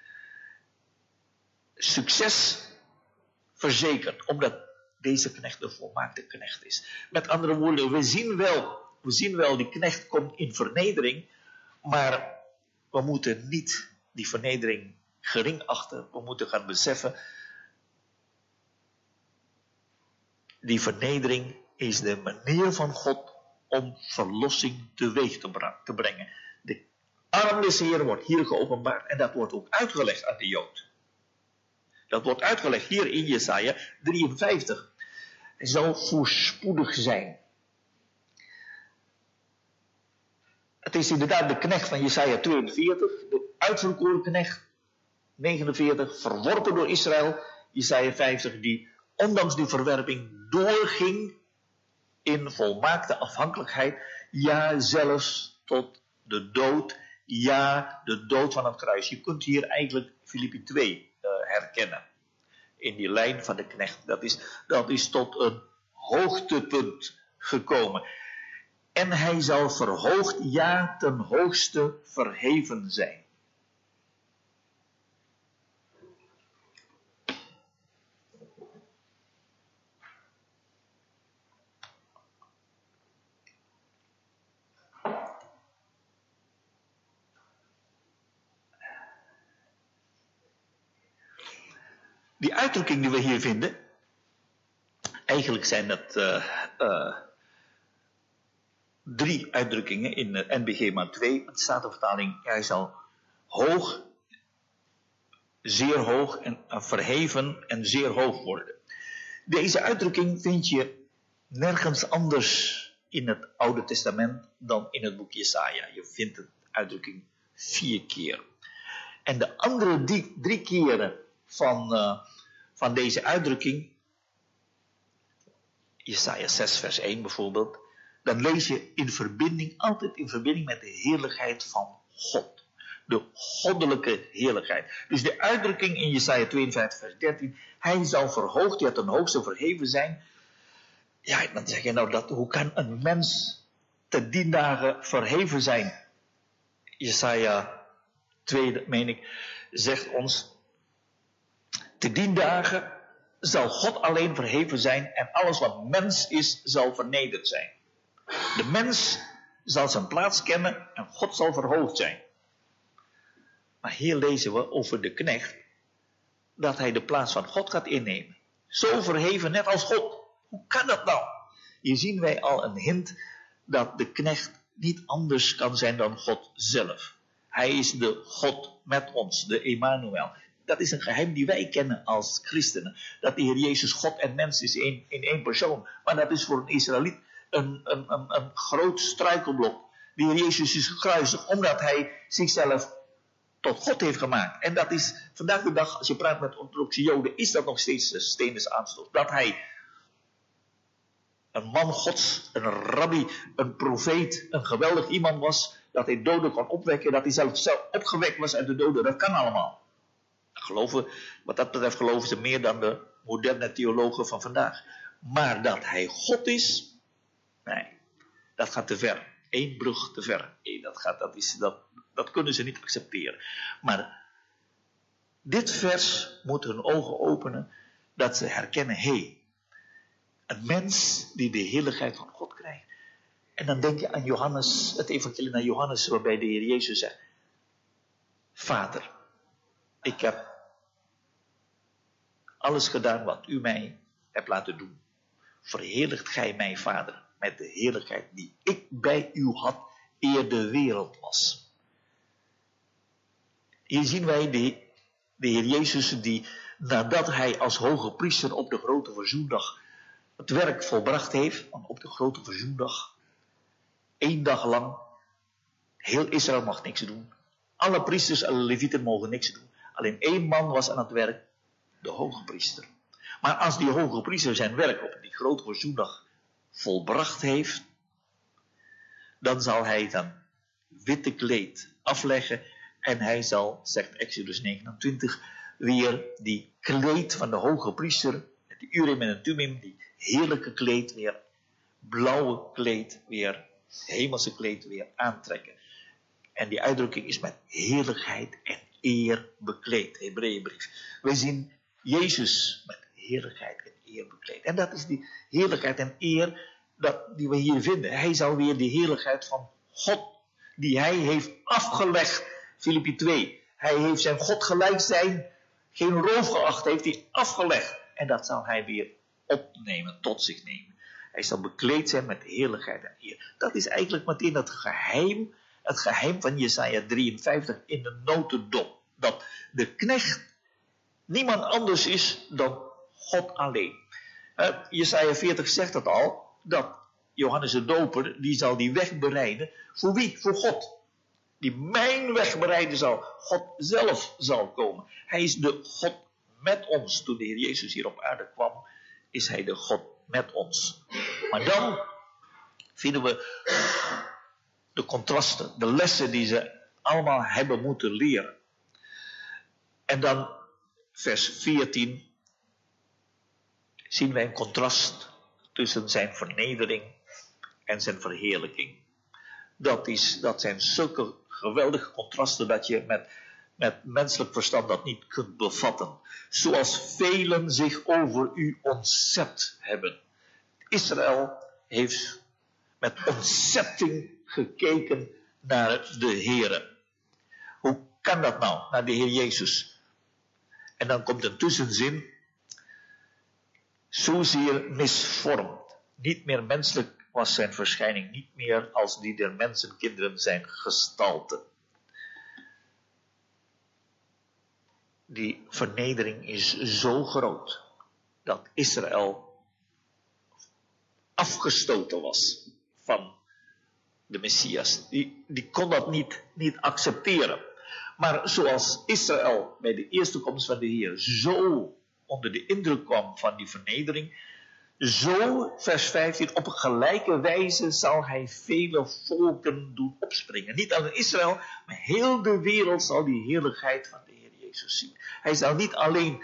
[SPEAKER 2] Succes verzekerd, omdat deze knecht de volmaakte knecht is. Met andere woorden, we zien wel, we zien wel, die knecht komt in vernedering, maar we moeten niet die vernedering gering achten. We moeten gaan beseffen, die vernedering is de manier van God om verlossing teweeg te brengen. De arm des Heeren wordt hier geopenbaard en dat wordt ook uitgelegd aan de Jood. Dat wordt uitgelegd hier in Jesaja drieënvijftig. Hij zal voorspoedig zijn. Het is inderdaad de knecht van Jesaja tweeënveertig, de uitverkoren knecht, negenenveertig, verworpen door Israël, Jesaja vijftig, die ondanks die verwerping doorging in volmaakte afhankelijkheid, ja zelfs tot de dood, ja de dood van het kruis. Je kunt hier eigenlijk Filippi twee uh, herkennen. In die lijn van de knecht. Dat is, dat is tot een hoogtepunt gekomen. En hij zal verhoogd, ja ten hoogste verheven zijn. Die uitdrukking die we hier vinden, eigenlijk zijn dat uh, uh, drie uitdrukkingen in uh, N B G maar twee. Het staat de vertaling, hij zal hoog, zeer hoog en uh, verheven en zeer hoog worden. Deze uitdrukking vind je nergens anders in het Oude Testament dan in het boek Jesaja. Je vindt de uitdrukking vier keer. En de andere die, drie keren van, uh, van deze uitdrukking, Jesaja zes vers één bijvoorbeeld, dan lees je in verbinding, altijd in verbinding met de heerlijkheid van God. De goddelijke heerlijkheid. Dus de uitdrukking in Jesaja tweeënvijftig vers dertien, hij zal verhoogd, ja ten hoogste verheven zijn. Ja, dan zeg je nou, dat, hoe kan een mens te dien dagen verheven zijn? Jesaja twee, meen ik, zegt ons, te dien dagen zal God alleen verheven zijn en alles wat mens is, zal vernederd zijn. De mens zal zijn plaats kennen en God zal verhoogd zijn. Maar hier lezen we over de knecht, dat hij de plaats van God gaat innemen. Zo verheven net als God. Hoe kan dat nou? Hier zien wij al een hint dat de knecht niet anders kan zijn dan God zelf. Hij is de God met ons, de Emmanuel. Dat is een geheim die wij kennen als christenen. Dat de Heer Jezus God en mens is in, in één persoon. Maar dat is voor een Israëliet een, een, een, een groot struikelblok. De Heer Jezus is gekruisigd omdat hij zichzelf tot God heeft gemaakt. En dat is vandaag de dag, als je praat met orthodoxe Joden, is dat nog steeds de stenis aanstoot. Dat hij een man Gods, een rabbi, een profeet, een geweldig iemand was. Dat hij doden kon opwekken. Dat hij zelf, zelf opgewekt was uit de doden. Dat kan allemaal. Geloven, wat dat betreft geloven ze meer dan de moderne theologen van vandaag. Maar dat hij God is, nee, dat gaat te ver. Eén brug te ver. Nee, dat, gaat, dat, is, dat, dat kunnen ze niet accepteren. Maar dit vers moet hun ogen openen, dat ze herkennen, hé, hey, een mens die de heerlijkheid van God krijgt. En dan denk je aan Johannes, het evangelie naar Johannes, waarbij de Heer Jezus zegt, Vader, ik heb alles gedaan wat u mij hebt laten doen. verheerlijkt gij mij, Vader, met de heerlijkheid die ik bij u had, eer de wereld was. Hier zien wij de, de Heer Jezus die, nadat hij als hoge priester op de grote verzoendag het werk volbracht heeft, op de grote verzoendag, één dag lang, heel Israël mag niks doen. Alle priesters, alle levieten mogen niks doen. Alleen één man was aan het werk, de hoge priester. Maar als die hoge priester zijn werk op die grote verzoendag volbracht heeft, dan zal hij dan witte kleed afleggen en hij zal, zegt Exodus negenentwintig, weer die kleed van de hoge priester, de Urim en de Thummim, die heerlijke kleed weer, blauwe kleed weer, hemelse kleed weer aantrekken. En die uitdrukking is met heerlijkheid en eer bekleed, Hebreeënbrief. Wij zien Jezus met heerlijkheid en eer bekleed. En dat is die heerlijkheid en eer dat, die we hier vinden. Hij zal weer die heerlijkheid van God, die hij heeft afgelegd, Filippi twee. Hij heeft zijn God gelijk zijn, geen roof geacht, heeft hij afgelegd. En dat zal hij weer opnemen, tot zich nemen. Hij zal bekleed zijn met heerlijkheid en eer. Dat is eigenlijk meteen het geheim, het geheim van Jesaja drieënvijftig in de notendop. Dat de knecht niemand anders is dan God alleen. Uh, Jesaja veertig zegt het al, dat Johannes de Doper, die zal die weg bereiden. Voor wie? Voor God. Die mijn weg bereiden zal. God zelf zal komen. Hij is de God met ons. Toen de Heer Jezus hier op aarde kwam, is hij de God met ons. Maar dan vinden we de contrasten, de lessen die ze allemaal hebben moeten leren. En dan vers veertien zien wij een contrast tussen zijn vernedering en zijn verheerlijking. Dat, is, dat zijn zulke geweldige contrasten dat je met, met menselijk verstand dat niet kunt bevatten. Zoals velen zich over u ontzet hebben. Israël heeft met ontzetting gekeken naar de Heere. Hoe kan dat nou, naar de Heer Jezus? En dan komt een tussenzin. Zozeer misvormd. Niet meer menselijk was zijn verschijning, niet meer als die der mensenkinderen zijn gestalte. Die vernedering is zo groot dat Israël afgestoten was van de Messias. Die, die kon dat niet, niet accepteren. Maar zoals Israël bij de eerste komst van de Heer zo onder de indruk kwam van die vernedering, zo, vers vijftien, op een gelijke wijze zal hij vele volken doen opspringen. Niet alleen Israël, maar heel de wereld zal die heerlijkheid van de Heer Jezus zien. Hij zal niet alleen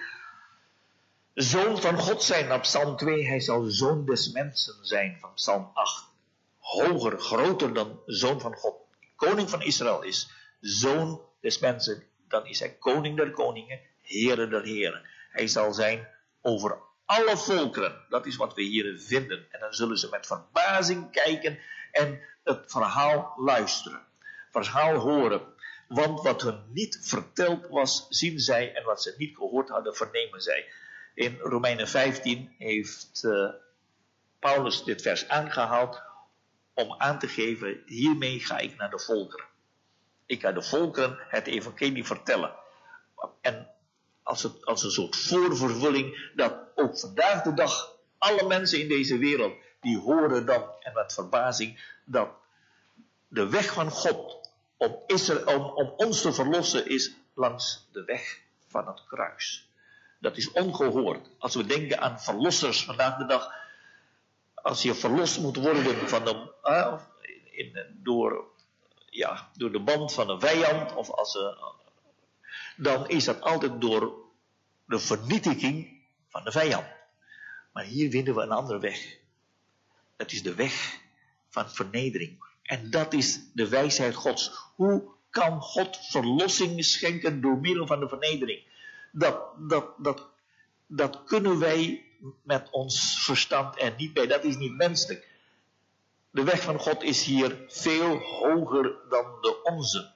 [SPEAKER 2] zoon van God zijn, op Psalm twee, hij zal zoon des mensen zijn, van Psalm acht. Hoger, groter dan zoon van God. Koning van Israël is zoon des mensen, dan is hij koning der koningen, heren der heren. Hij zal zijn over alle volkeren. Dat is wat we hier vinden. En dan zullen ze met verbazing kijken en het verhaal luisteren. Verhaal horen. Want wat hun niet verteld was, zien zij. En wat ze niet gehoord hadden, vernemen zij. In Romeinen vijftien heeft uh, Paulus dit vers aangehaald om aan te geven, hiermee ga ik naar de volkeren. Ik ga de volkeren het evangelie vertellen. En als, het, als een soort voorvervulling, dat ook vandaag de dag alle mensen in deze wereld, die horen dan, en met verbazing, dat de weg van God om, Israël, om, om ons te verlossen is langs de weg van het kruis. Dat is ongehoord. Als we denken aan verlossers vandaag de dag, als je verlost moet worden van de, uh, in, door, ja, door de band van een vijand, of als, uh, dan is dat altijd door de vernietiging van de vijand. Maar hier vinden we een andere weg. Dat is de weg van vernedering. En dat is de wijsheid Gods. Hoe kan God verlossing schenken door middel van de vernedering? Dat, dat, dat, dat kunnen wij met ons verstand er niet bij. Dat is niet menselijk. De weg van God is hier veel hoger dan de onze.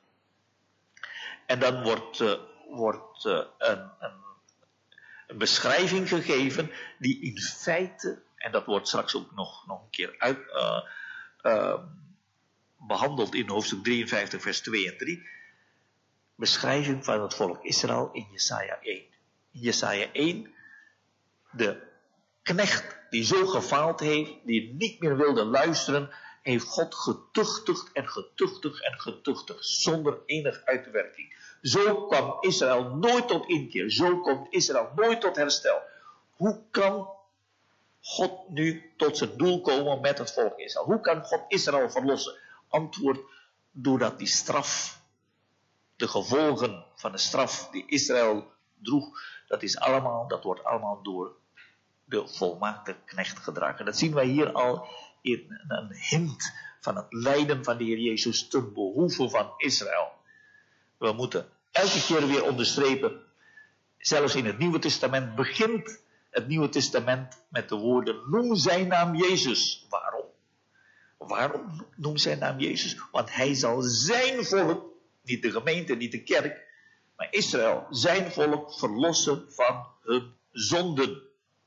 [SPEAKER 2] En dan wordt, uh, wordt uh, een, een, een beschrijving gegeven die in feite En dat wordt straks ook nog, nog een keer uit, uh, uh, behandeld in hoofdstuk drieënvijftig, vers twee en drie. Beschrijving van het volk Israël in Jesaja één. In Jesaja één, de knecht die zo gefaald heeft, die niet meer wilde luisteren, heeft God getuchtigd en getuchtigd en getuchtigd, zonder enige uitwerking. Zo kwam Israël nooit tot inkeer, zo komt Israël nooit tot herstel. Hoe kan God nu tot zijn doel komen met het volk Israël? Hoe kan God Israël verlossen? Antwoord, doordat die straf, de gevolgen van de straf die Israël droeg, dat is allemaal, dat wordt allemaal door de volmaakte knecht gedragen. Dat zien wij hier al in een hint van het lijden van de Heer Jezus ten behoeve van Israël. We moeten elke keer weer onderstrepen, zelfs in het Nieuwe Testament begint het Nieuwe Testament met de woorden, noem zijn naam Jezus. Waarom? Waarom noem zijn naam Jezus? Want hij zal zijn volk, niet de gemeente, niet de kerk, maar Israël, zijn volk verlossen van hun zonden.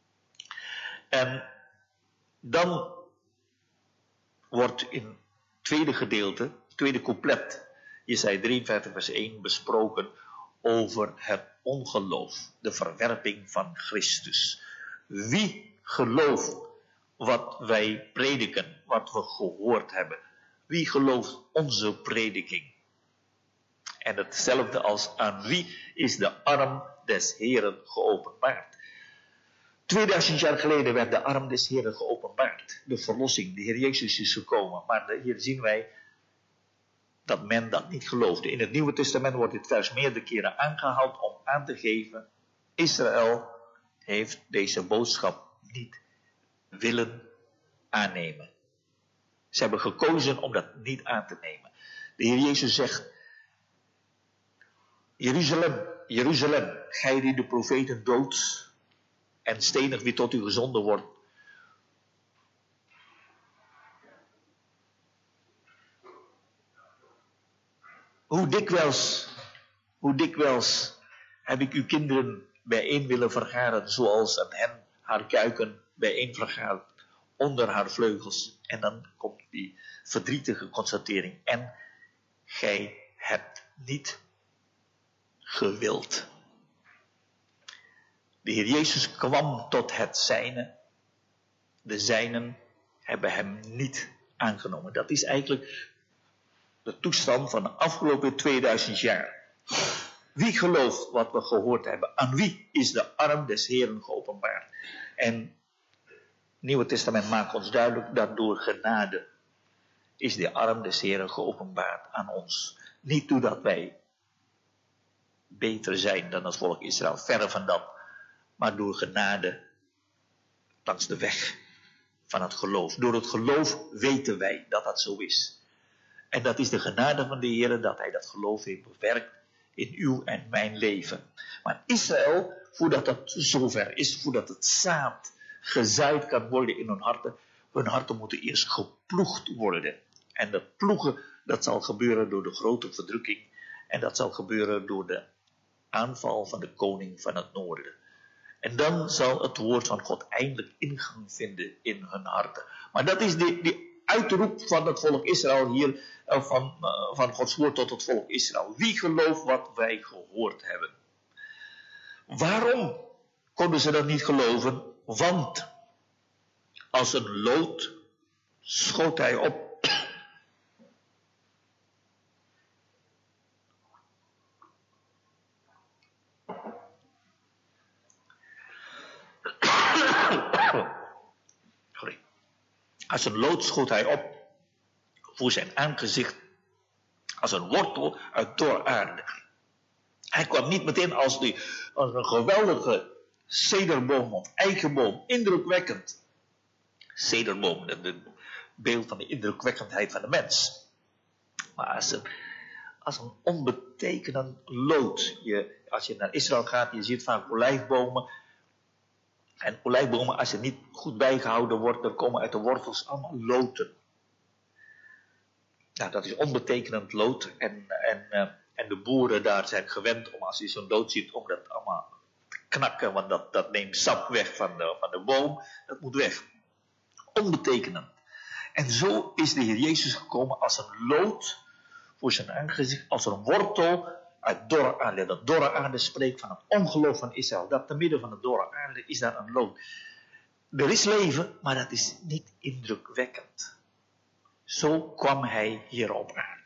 [SPEAKER 2] En dan wordt in het tweede gedeelte, het tweede couplet, Jesaja drieënvijftig vers één, besproken over het ongeloof, de verwerping van Christus. Wie gelooft wat wij prediken, wat we gehoord hebben? Wie gelooft onze prediking? En hetzelfde als aan wie is de arm des Heeren geopenbaard? tweeduizend jaar geleden werd de arm des Heeren geopenbaard. De verlossing, de Heer Jezus is gekomen. Maar hier zien wij dat men dat niet geloofde. In het Nieuwe Testament wordt dit vers meerdere keren aangehaald om aan te geven, Israël heeft deze boodschap niet willen aannemen. Ze hebben gekozen om dat niet aan te nemen. De Heer Jezus zegt, Jeruzalem, Jeruzalem, gij die de profeten doodt en stenig wie tot u gezonden wordt. Hoe dikwijls, hoe dikwijls heb ik uw kinderen bijeen willen vergaren, zoals een hen haar kuiken bijeen vergaart onder haar vleugels. En dan komt die verdrietige constatering. En gij hebt niet gewild. De Heer Jezus kwam tot het zijne. De zijnen hebben hem niet aangenomen. Dat is eigenlijk de toestand van de afgelopen tweeduizend jaar. Wie gelooft wat we gehoord hebben? Aan wie is de arm des Heeren geopenbaard? En het Nieuwe Testament maakt ons duidelijk dat door genade is de arm des Heeren geopenbaard aan ons. Niet doordat wij beter zijn dan het volk Israël, verre van dat, maar door genade langs de weg van het geloof. Door het geloof weten wij dat dat zo is. En dat is de genade van de Heer dat hij dat geloof heeft bewerkt in uw en mijn leven. Maar Israël, voordat dat zover is, voordat het zaad gezaaid kan worden in hun harten, hun harten moeten eerst geploegd worden. En dat ploegen, dat zal gebeuren door de grote verdrukking. En dat zal gebeuren door de aanval van de koning van het noorden. En dan zal het woord van God eindelijk ingang vinden in hun harten. Maar dat is die, die uitroep van het volk Israël hier, van, van Gods woord tot het volk Israël. Wie gelooft wat wij gehoord hebben? Waarom konden ze dat niet geloven? Want als een lood schoot hij op. Sorry. Als een lood schoot hij op voor zijn aangezicht als een wortel uit dorre aarde. Hij kwam niet meteen als, die, als een geweldige cederboom of eikenboom, indrukwekkend. Cederboom, het beeld van de indrukwekkendheid van de mens. Maar als een, als een onbetekenend lood. Je, als je naar Israël gaat, je ziet vaak olijfbomen. En olijfbomen, als je niet goed bijgehouden wordt, dan komen uit de wortels allemaal loten. Nou, dat is onbetekenend lood. En, en, uh, en de boeren daar zijn gewend om, als je zo'n lood ziet, om dat allemaal te knakken. Want dat, dat neemt sap weg van de, van de boom. Dat moet weg. onbetekenend. En zo is de Heer Jezus gekomen als een lood voor zijn aangezicht, als een wortel uit dorre aarde. Dat dorre aarde spreekt van het ongeloof van Israël. Dat te midden van de dorre aarde is daar een lood. Er is leven, maar dat is niet indrukwekkend. Zo kwam hij hier op aarde.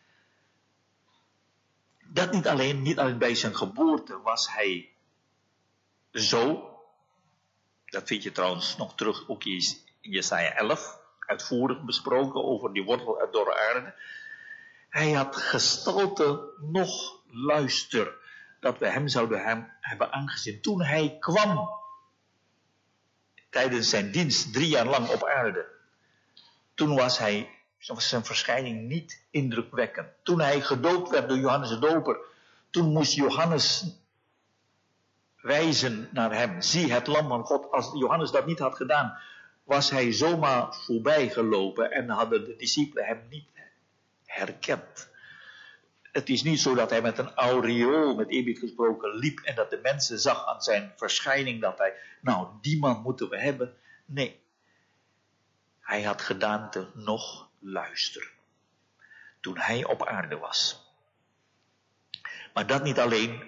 [SPEAKER 2] Dat niet alleen, niet alleen bij zijn geboorte was hij zo. Dat vind je trouwens nog terug ook in Jesaja elf. Uitvoerig besproken over die wortel uit dorre aarde. Hij had gestalte nog luister. Dat we hem zouden hem hebben aangezien. Toen hij kwam. Tijdens zijn dienst drie jaar lang op aarde. Toen was hij, was zijn verschijning niet indrukwekkend. Toen hij gedoopt werd door Johannes de Doper. Toen moest Johannes wijzen naar hem. Zie het lam van God. Als Johannes dat niet had gedaan, was hij zomaar voorbij gelopen en hadden de discipelen hem niet herkend. Het is niet zo dat hij met een aureool, met eerbied gesproken, liep en dat de mensen zag aan zijn verschijning dat hij, nou, die man moeten we hebben. Nee, hij had gedaante nog luister. Toen hij op aarde was. Maar dat niet alleen.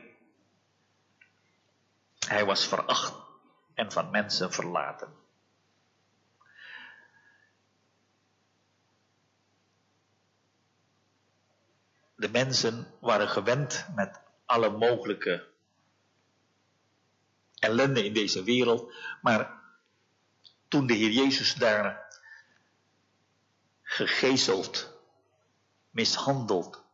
[SPEAKER 2] Hij was veracht en van mensen verlaten. De mensen waren gewend met alle mogelijke ellende in deze wereld. Maar toen de Heer Jezus daar gegezeld, mishandeld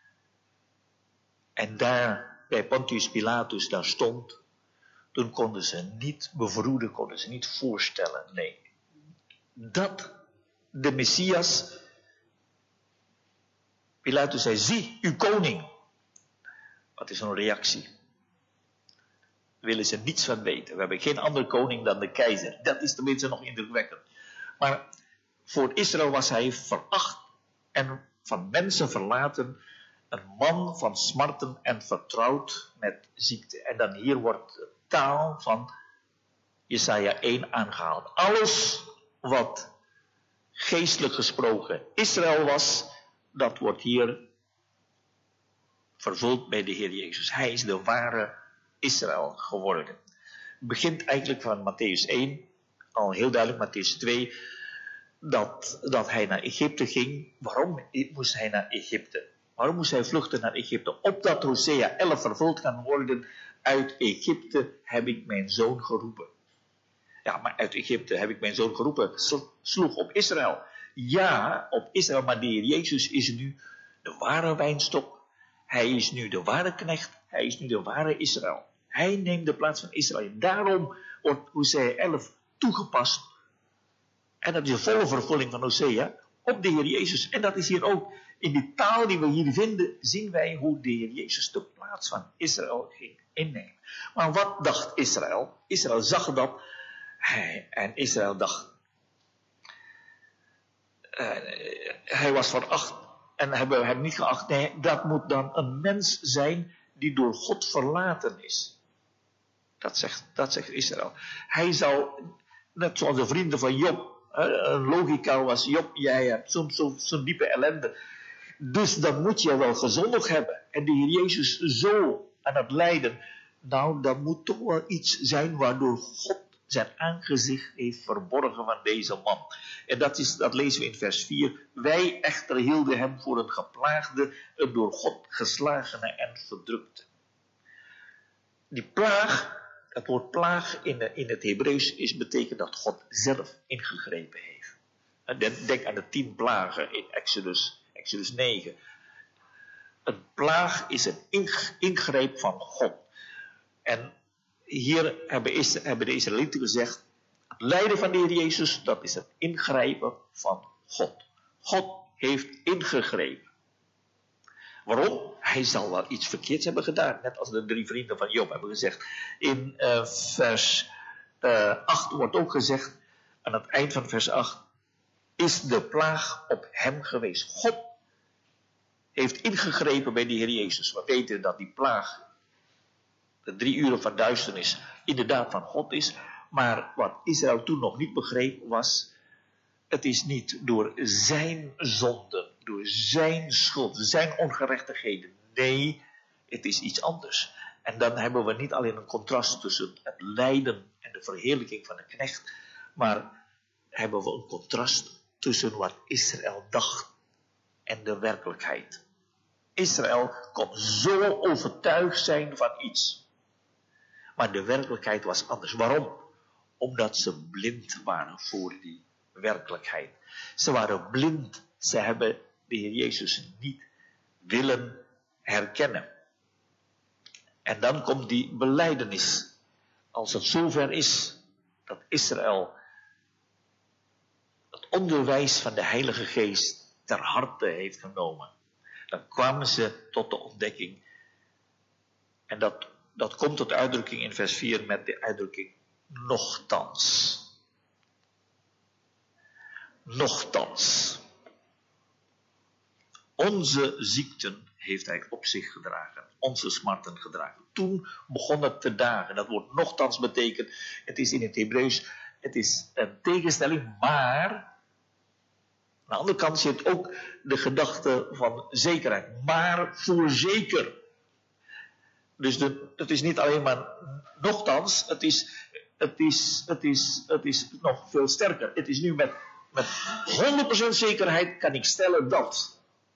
[SPEAKER 2] en daar bij Pontius Pilatus daar stond, toen konden ze niet bevroeden, konden ze niet voorstellen. Nee, dat de Messias... Pilatus zei, zie, uw koning. Wat is een reactie? Daar willen ze niets van weten. We hebben geen andere koning dan de keizer. Dat is tenminste nog indrukwekkend. Maar voor Israël was hij veracht en van mensen verlaten. Een man van smarten en vertrouwd met ziekte. En dan hier wordt de taal van Jesaja één aangehaald. Alles wat geestelijk gesproken Israël was, dat wordt hier vervuld bij de Heer Jezus. Hij is de ware Israël geworden. Het begint eigenlijk van Matthäus één, al heel duidelijk Matthäus twee, dat, dat hij naar Egypte ging. Waarom moest hij naar Egypte? Waarom moest hij vluchten naar Egypte? Opdat Hosea elf vervuld kan worden. Uit Egypte heb ik mijn zoon geroepen. Ja, maar uit Egypte heb ik mijn zoon geroepen. Sloeg op Israël. Ja, op Israël, maar de Heer Jezus is nu de ware wijnstok. Hij is nu de ware knecht. Hij is nu de ware Israël. Hij neemt de plaats van Israël. Daarom wordt Hosea elf toegepast. En dat is de volle vervulling van Hosea op de Heer Jezus. En dat is hier ook. In die taal die we hier vinden, zien wij hoe de Heer Jezus de plaats van Israël ging innemen. Maar wat dacht Israël? Israël zag dat. En Israël dacht, uh, hij was veracht en hebben hem niet geacht. Nee, dat moet dan een mens zijn die door God verlaten is. Dat zegt, dat zegt Israël. Hij zou, net zoals de vrienden van Job, een logica was, Job, jij hebt zo'n zo, zo diepe ellende. Dus dan moet je wel gezondigd hebben. En de Heer Jezus zo aan het lijden. Nou, dat moet toch wel iets zijn waardoor God zijn aangezicht heeft verborgen van deze man. En dat, is, dat lezen we in vers vier. Wij echter hielden hem voor een geplaagde, een door God geslagene en verdrukte. Die plaag, het woord plaag in, de, in het Hebreeuws is betekent dat God zelf ingegrepen heeft. Denk aan de tien plagen in Exodus, Exodus negen. Een plaag is een ingreep van God. En hier hebben, Is- hebben de Israëlieten gezegd, het lijden van de Heer Jezus, dat is het ingrijpen van God. God heeft ingegrepen. Waarom? Hij zal wel iets verkeerds hebben gedaan. Net als de drie vrienden van Job hebben gezegd. In uh, vers uh, acht wordt ook gezegd, aan het eind van vers acht, is de plaag op hem geweest. God heeft ingegrepen bij de Heer Jezus. We weten dat die plaag, de drie uren van duisternis, inderdaad van God is. Maar wat Israël toen nog niet begreep was het is niet door zijn zonden, door zijn schuld, zijn ongerechtigheden. Nee, het is iets anders. En dan hebben we niet alleen een contrast tussen het lijden en de verheerlijking van de knecht, maar hebben we een contrast tussen wat Israël dacht en de werkelijkheid. Israël kon zo overtuigd zijn van iets. Maar de werkelijkheid was anders. Waarom? Omdat ze blind waren voor die werkelijkheid. Ze waren blind. Ze hebben de Heer Jezus niet willen herkennen. En dan komt die belijdenis. Als het zover is dat Israël het onderwijs van de Heilige Geest ter harte heeft genomen, dan kwamen ze tot de ontdekking. En dat, dat komt tot uitdrukking in vers vier met de uitdrukking nochtans. Nochtans. Onze ziekten heeft hij op zich gedragen. Onze smarten gedragen. Toen begon het te dagen. Dat woord nochtans betekent, het is in het Hebreeuws, het is een tegenstelling, maar aan de andere kant zit ook de gedachte van zekerheid. Maar voorzeker. Dus de, het is niet alleen maar nochtans, het is, het is, het is, het is nog veel sterker. Het is nu met, met honderd procent zekerheid kan ik stellen dat.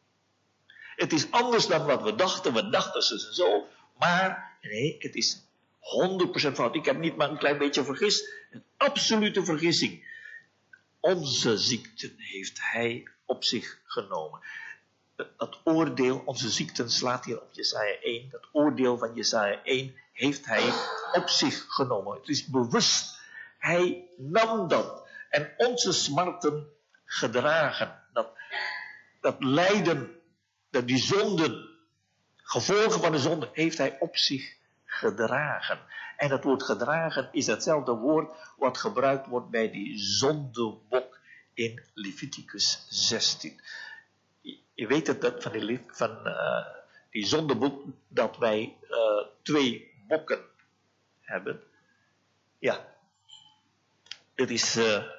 [SPEAKER 2] Het is anders dan wat we dachten. We dachten ze zo. Maar nee, het is honderd procent fout. Ik heb niet maar een klein beetje vergist. Een absolute vergissing. Onze ziekten heeft hij op zich genomen. Dat oordeel, onze ziekten slaat hier op Jesaja één. Dat oordeel van Jesaja één heeft hij op zich genomen. Het is bewust. Hij nam dat. En onze smarten gedragen. Dat, dat lijden, dat die zonden, gevolgen van de zonde, heeft hij op zich gedragen. En dat woord gedragen is hetzelfde woord wat gebruikt wordt bij die zondebok in Leviticus zestien. Je weet het dat van die, van, uh, die zondebok dat wij uh, twee bokken hebben. Ja, dit is uh, een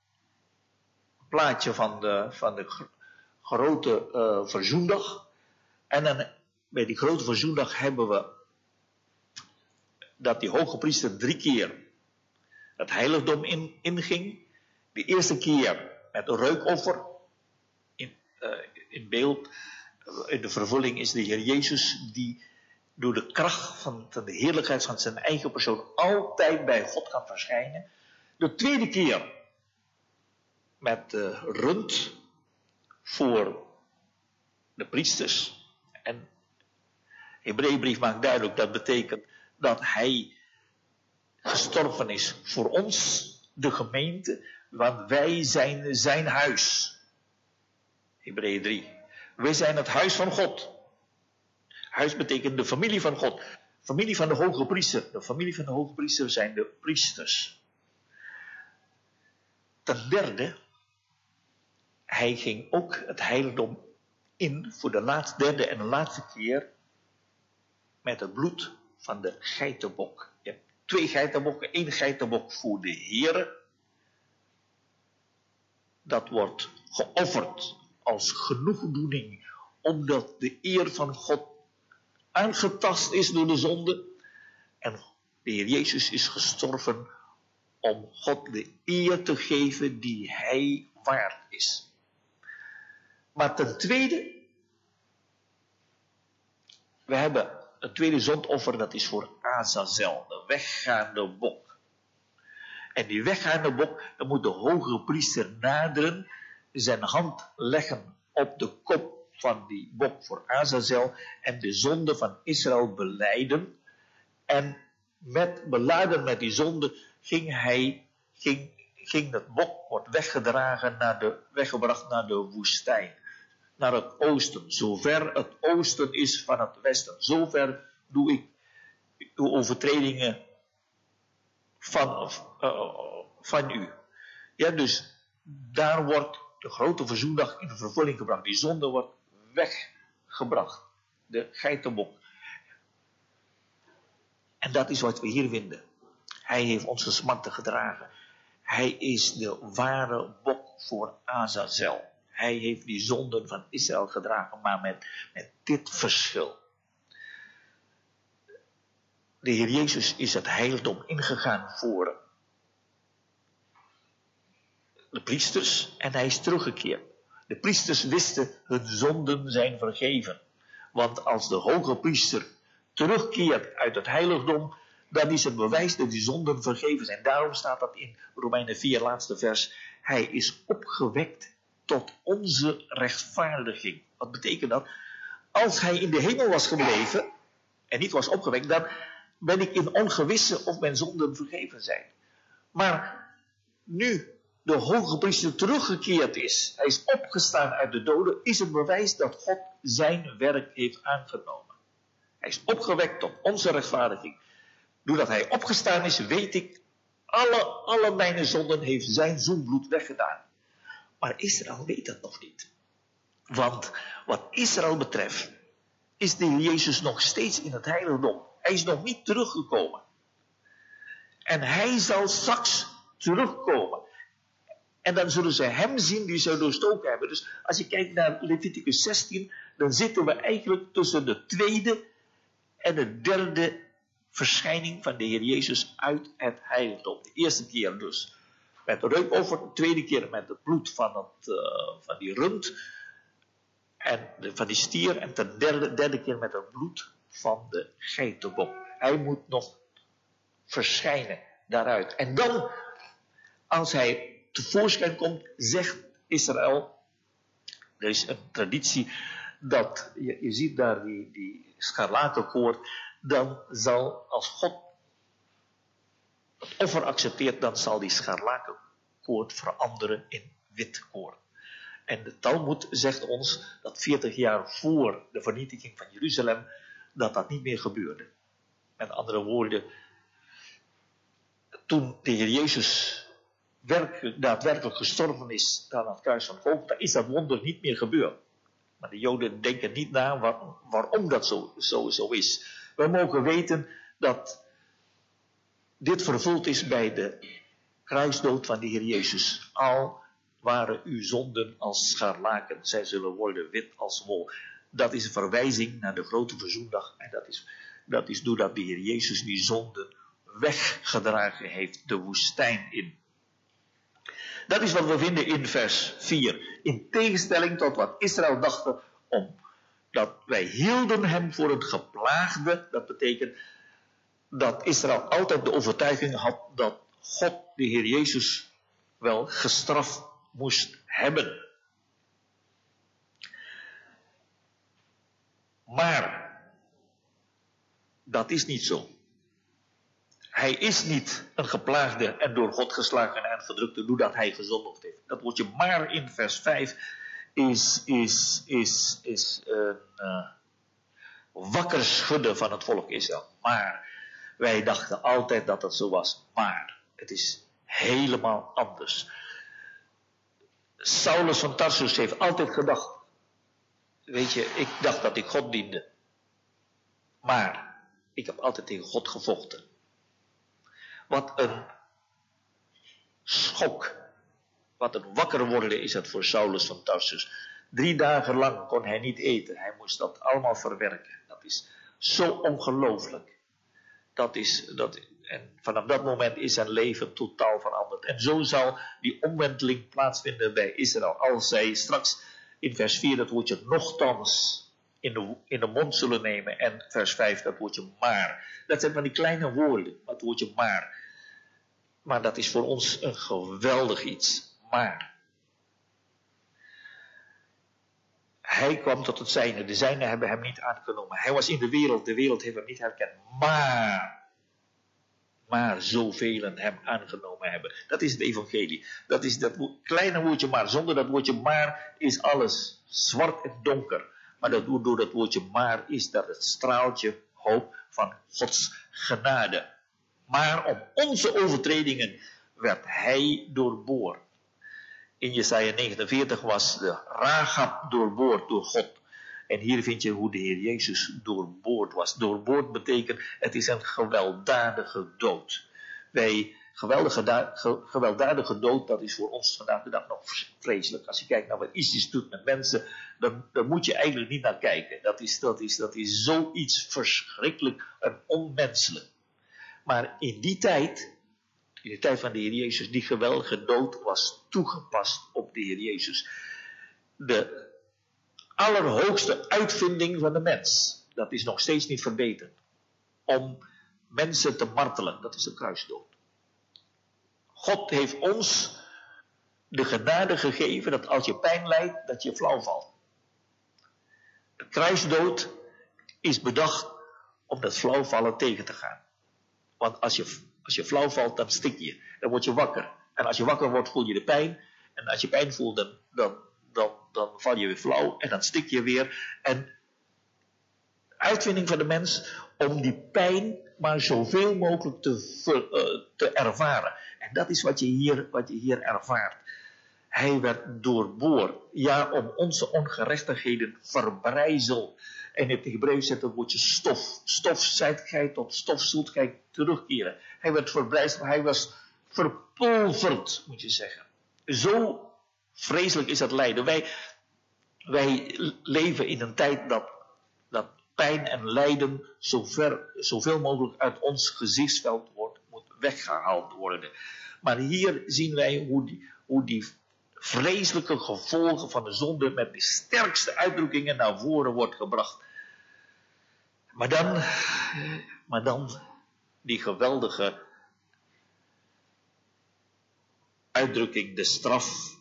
[SPEAKER 2] plaatje van de, van de gro- grote uh, verzoendag. En dan bij die grote verzoendag hebben we dat die hoge priester drie keer het heiligdom in, inging. De eerste keer met een reukoffer. In, uh, in beeld, in de vervulling is de Heer Jezus die door de kracht van, van de heerlijkheid van zijn eigen persoon altijd bij God kan verschijnen. De tweede keer met uh, rund voor de priesters. En de Hebreeënbrief maakt duidelijk dat betekent dat hij gestorven is voor ons, de gemeente, want wij zijn zijn huis. Hebreeën drie. Wij zijn het huis van God. Huis betekent de familie van God. Familie van de hoge priester. De familie van de hoge priester zijn de priesters. Ten derde, hij ging ook het heiligdom in voor de laatste, derde en de laatste keer met het bloed van de geitenbok. Je hebt twee geitenbokken, één geitenbok voor de Heere. Dat wordt geofferd als genoegdoening, omdat de eer van God aangetast is door de zonde. En de Heer Jezus is gestorven om God de eer te geven die hij waard is. Maar ten tweede, we hebben het tweede zondoffer, dat is voor Azazel, de weggaande bok. En die weggaande bok, dan moet de hoge priester naderen, zijn hand leggen op de kop van die bok voor Azazel en de zonde van Israël belijden. En met beladen met die zonde ging hij, ging, ging het bok, wordt weggedragen naar de, weggebracht naar de woestijn. Naar het oosten. Zover het oosten is van het westen. Zover doe ik uw overtredingen van, uh, van u. Ja, dus daar wordt de grote verzoendag in de vervulling gebracht. Die zonde wordt weggebracht. De geitenbok. En dat is wat we hier vinden. Hij heeft onze smarten gedragen. Hij is de ware bok voor Azazel. Hij heeft die zonden van Israël gedragen, maar met, met dit verschil. De Heer Jezus is het heiligdom ingegaan voor de priesters en hij is teruggekeerd. De priesters wisten, hun zonden zijn vergeven. Want als de hoge priester terugkeert uit het heiligdom, dan is het bewijs dat die zonden vergeven zijn. Daarom staat dat in Romeinen vier, laatste vers. Hij is opgewekt tot onze rechtvaardiging. Wat betekent dat? Als hij in de hemel was gebleven en niet was opgewekt, dan ben ik in ongewisse of mijn zonden vergeven zijn. Maar nu de hoge priester teruggekeerd is, hij is opgestaan uit de doden, is het bewijs dat God zijn werk heeft aangenomen. Hij is opgewekt tot onze rechtvaardiging. Doordat hij opgestaan is, weet ik, alle, alle mijn zonden heeft zijn zoenbloed weggedaan. Maar Israël weet dat nog niet. Want wat Israël betreft, is de Heer Jezus nog steeds in het heiligdom. Hij is nog niet teruggekomen. En hij zal straks terugkomen. En dan zullen ze hem zien die ze doorstoken hebben. Dus als je kijkt naar Leviticus zestien, dan zitten we eigenlijk tussen de tweede en de derde verschijning van de Heer Jezus uit het heiligdom. De eerste keer dus met de reukoffer, de tweede keer met het bloed van, het, uh, van die rund en de, van die stier, en ten derde, derde keer met het bloed van de geitenbok. Hij moet nog verschijnen daaruit. En dan, als hij tevoorschijn komt, zegt Israël, er is een traditie dat, je, je ziet daar die, die scharlakenkoord, dan zal, als God het offer accepteert, dan zal die scharlakenkoord veranderen in wit koord. En de Talmud zegt ons dat veertig jaar voor de vernietiging van Jeruzalem, dat dat niet meer gebeurde. Met andere woorden, toen de Heer Jezus werkelijk, daadwerkelijk gestorven is aan het kruis van Golgotha, is dat wonder niet meer gebeurd. Maar de Joden denken niet na waar, waarom dat zo, zo, zo is. We mogen weten dat dit vervuld is bij de kruisdood van de Heer Jezus. Al waren uw zonden als scharlaken, zij zullen worden wit als wol. Dat is een verwijzing naar de grote verzoendag. En dat is, dat is doordat de Heer Jezus die zonden weggedragen heeft de woestijn in. Dat is wat we vinden in vers vier. In tegenstelling tot wat Israël dacht, omdat wij hielden hem voor een geplaagde. Dat betekent dat Israël altijd de overtuiging had dat God de Heer Jezus wel gestraft moest hebben. Maar dat is niet zo. Hij is niet een geplaagde en door God geslagen en verdrukte doordat hij gezondigd heeft. Dat woordje maar in vers vijf is, is, is, is een uh, wakker schudden van het volk Israël. Maar wij dachten altijd dat het zo was. Maar het is helemaal anders. Saulus van Tarsus heeft altijd gedacht, weet je, ik dacht dat ik God diende. Maar ik heb altijd tegen God gevochten. Wat een schok, wat een wakker worden is het voor Saulus van Tarsus. Drie dagen lang kon hij niet eten, hij moest dat allemaal verwerken. Dat is zo ongelooflijk. Dat is, dat, en vanaf dat moment is zijn leven totaal veranderd. En zo zal die omwenteling plaatsvinden bij Israël. Als zij straks in vers vier dat woordje nochtans in de, in de mond zullen nemen. En vers vijf dat woordje maar. Dat zijn van die kleine woorden, dat woordje maar. Maar dat is voor ons een geweldig iets. Maar hij kwam tot het zijne. De zijnen hebben hem niet aangenomen. Hij was in de wereld. De wereld heeft hem niet herkend. Maar, maar zoveel hem aangenomen hebben. Dat is het evangelie. Dat is dat wo- kleine woordje maar. Zonder dat woordje maar is alles zwart en donker. Maar dat, door dat woordje maar is dat het straaltje hoop van Gods genade. Maar om onze overtredingen werd hij doorboord. In Jesaja negenenveertig was de Rahab doorboord door God. En hier vind je hoe de Heer Jezus doorboord was. Doorboord betekent, het is een gewelddadige dood. Wij geweldige, da- ge- gewelddadige dood, dat is voor ons vandaag de dag nog vreselijk. Als je kijkt naar wat ISIS doet met mensen, dan, dan moet je eigenlijk niet naar kijken. Dat is, dat is, dat is zoiets verschrikkelijk en onmenselijk. Maar in die tijd, in de tijd van de Heer Jezus, die geweldige dood was toegepast op de Heer Jezus. De allerhoogste uitvinding van de mens, dat is nog steeds niet verbeterd. Om mensen te martelen, dat is de kruisdood. God heeft ons de genade gegeven dat als je pijn lijdt, dat je flauw valt. De kruisdood is bedacht om dat flauwvallen tegen te gaan. Want als je, als je flauw valt, dan stik je. Dan word je wakker. En als je wakker wordt, voel je de pijn. En als je pijn voelt, dan, dan, dan, dan val je weer flauw. En dan stik je weer. En de uitvinding van de mens om die pijn maar zoveel mogelijk te, ver, uh, te ervaren. En dat is wat je hier, wat je hier ervaart. Hij werd doorboord. Ja, om onze ongerechtigheden verbrijzeld. En in het Hebreeuws zet het woordje stof. Stof zijt gij tot stof zult gij terugkeren. Hij werd verbrijzeld. Hij was verpulverd, moet je zeggen. Zo vreselijk is dat lijden. Wij, wij leven in een tijd dat, dat pijn en lijden zo ver, zoveel mogelijk uit ons gezichtsveld wordt, moet weggehaald worden. Maar hier zien wij hoe die, hoe die vreselijke gevolgen van de zonde met de sterkste uitdrukkingen naar voren wordt gebracht. Maar dan, maar dan die geweldige uitdrukking, de straf,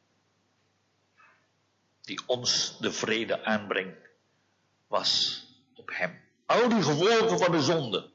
[SPEAKER 2] die ons de vrede aanbrengt, was op hem. Al die gevolgen van de zonde.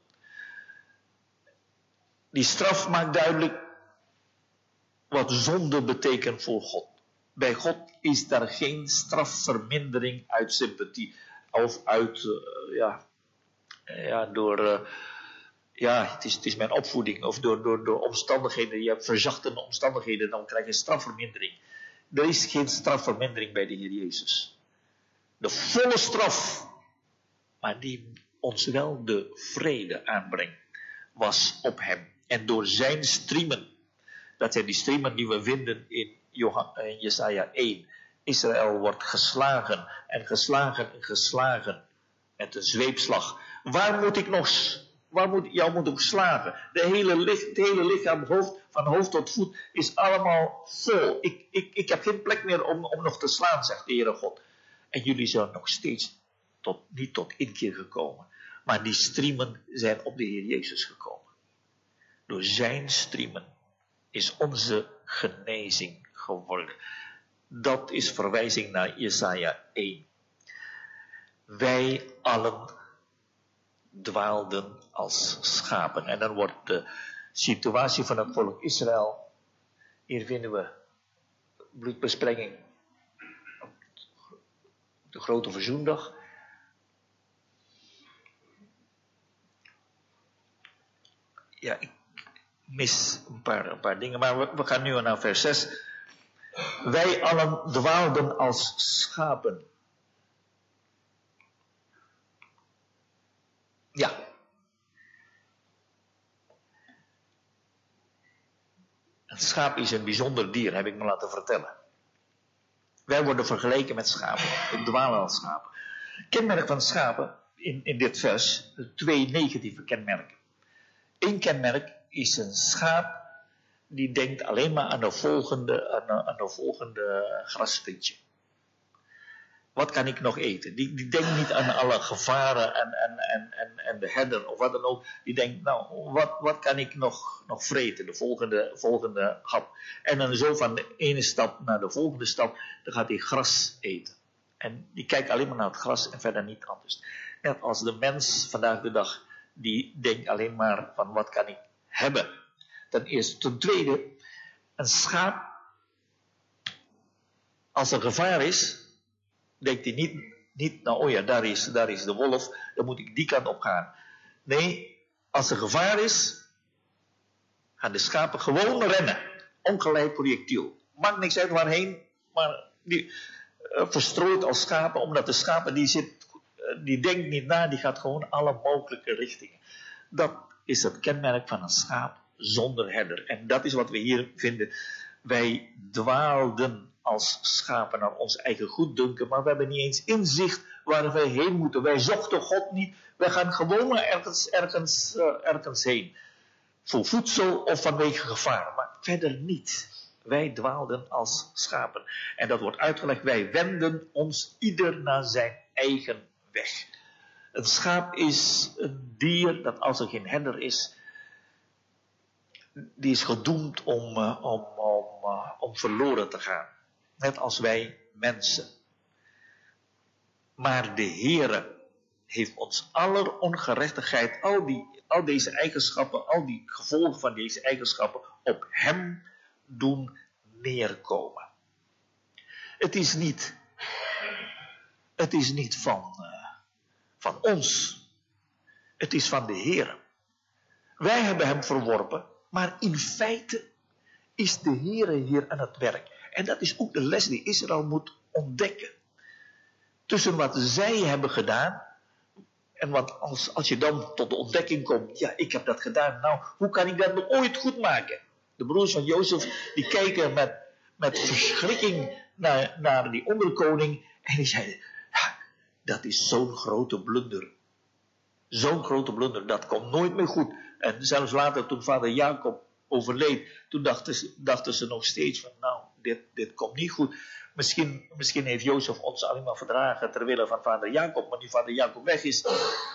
[SPEAKER 2] Die straf maakt duidelijk wat zonde betekent voor God. Bij God is daar geen strafvermindering uit sympathie. Of uit, uh, ja, ja, door, uh, ja, het is, het is mijn opvoeding. Of door, door, door omstandigheden, je hebt verzachtende omstandigheden, dan krijg je strafvermindering. Er is geen strafvermindering bij de Heer Jezus. De volle straf, maar die ons wel de vrede aanbrengt, was op hem. En door zijn striemen, dat zijn die striemen die we vinden in, Johan, in Jesaja één. Israël wordt geslagen en geslagen en geslagen met een zweepslag. Waar moet ik nog, waar moet, jou moet ik slagen? De hele, het hele lichaam, hoofd, van hoofd tot voet, is allemaal vol. Ik, ik, ik heb geen plek meer om, om nog te slaan, zegt de Heere God. En jullie zijn nog steeds tot, niet tot inkeer gekomen. Maar die striemen zijn op de Heer Jezus gekomen. Door zijn striemen is onze genezing geworden. Dat is verwijzing naar Jesaja één. Wij allen dwaalden als schapen. En dan wordt de situatie van het volk Israël. Hier vinden we bloedbesprenging op de grote verzoendag. Ja, ik mis een paar, een paar dingen, maar we, we gaan nu naar vers zes. Wij allen dwaalden als schapen. Ja. Een schaap is een bijzonder dier, heb ik me laten vertellen. Wij worden vergeleken met schapen. We dwalen als schapen. Kenmerk van schapen, in, in dit vers, twee negatieve kenmerken. Eén kenmerk is een schaap die denkt alleen maar aan de volgende, aan de, aan de volgende graspuntje. Wat kan ik nog eten? Die, die denkt niet aan alle gevaren en, en, en, en, en de herder of wat dan ook. Die denkt, nou, wat, wat kan ik nog, nog vreten? De volgende, volgende hap. En dan zo van de ene stap naar de volgende stap, dan gaat hij gras eten. En die kijkt alleen maar naar het gras en verder niet anders. Net als de mens vandaag de dag, die denkt alleen maar van wat kan ik hebben. Ten eerste. Ten tweede, een schaap, als er gevaar is, denkt hij niet, niet nou oh ja, daar is, daar is de wolf, dan moet ik die kant op gaan. Nee, als er gevaar is, gaan de schapen gewoon rennen. Ongeleid projectiel. Maakt niks uit waarheen, maar die uh, verstrooid als schapen, omdat de schapen, die zit, uh, die denkt niet na, die gaat gewoon alle mogelijke richtingen. Dat is het kenmerk van een schaap zonder herder. En dat is wat we hier vinden. Wij dwaalden als schapen naar ons eigen goeddunken, maar we hebben niet eens inzicht waar wij heen moeten. Wij zochten God niet. Wij gaan gewoon ergens, ergens, uh, ergens heen. Voor voedsel of vanwege gevaar, maar verder niet. Wij dwaalden als schapen. En dat wordt uitgelegd, wij wenden ons ieder naar zijn eigen weg. Een schaap is een dier dat als er geen herder is, die is gedoemd om, uh, om, om, uh, om verloren te gaan. Net als wij mensen. Maar de Heere heeft ons aller ongerechtigheid, al, die, al deze eigenschappen, al die gevolgen van deze eigenschappen, op hem doen neerkomen. Het is niet, het is niet van, uh, van ons. Het is van de Heere. Wij hebben hem verworpen, maar in feite is de Heere hier aan het werk. En dat is ook de les die Israël moet ontdekken. Tussen wat zij hebben gedaan, en wat als, als je dan tot de ontdekking komt, ja, ik heb dat gedaan, nou, hoe kan ik dat nog ooit goed maken? De broers van Jozef, die kijken met, met verschrikking naar, naar die onderkoning, en die zeiden, ja, dat is zo'n grote blunder. Zo'n grote blunder, dat komt nooit meer goed. En zelfs later, toen vader Jacob overleed, toen dachten ze, dachten ze nog steeds van, nou, dit, dit komt niet goed. Misschien, misschien heeft Jozef ons alleen maar verdragen ter wille van vader Jacob, maar nu vader Jacob weg is,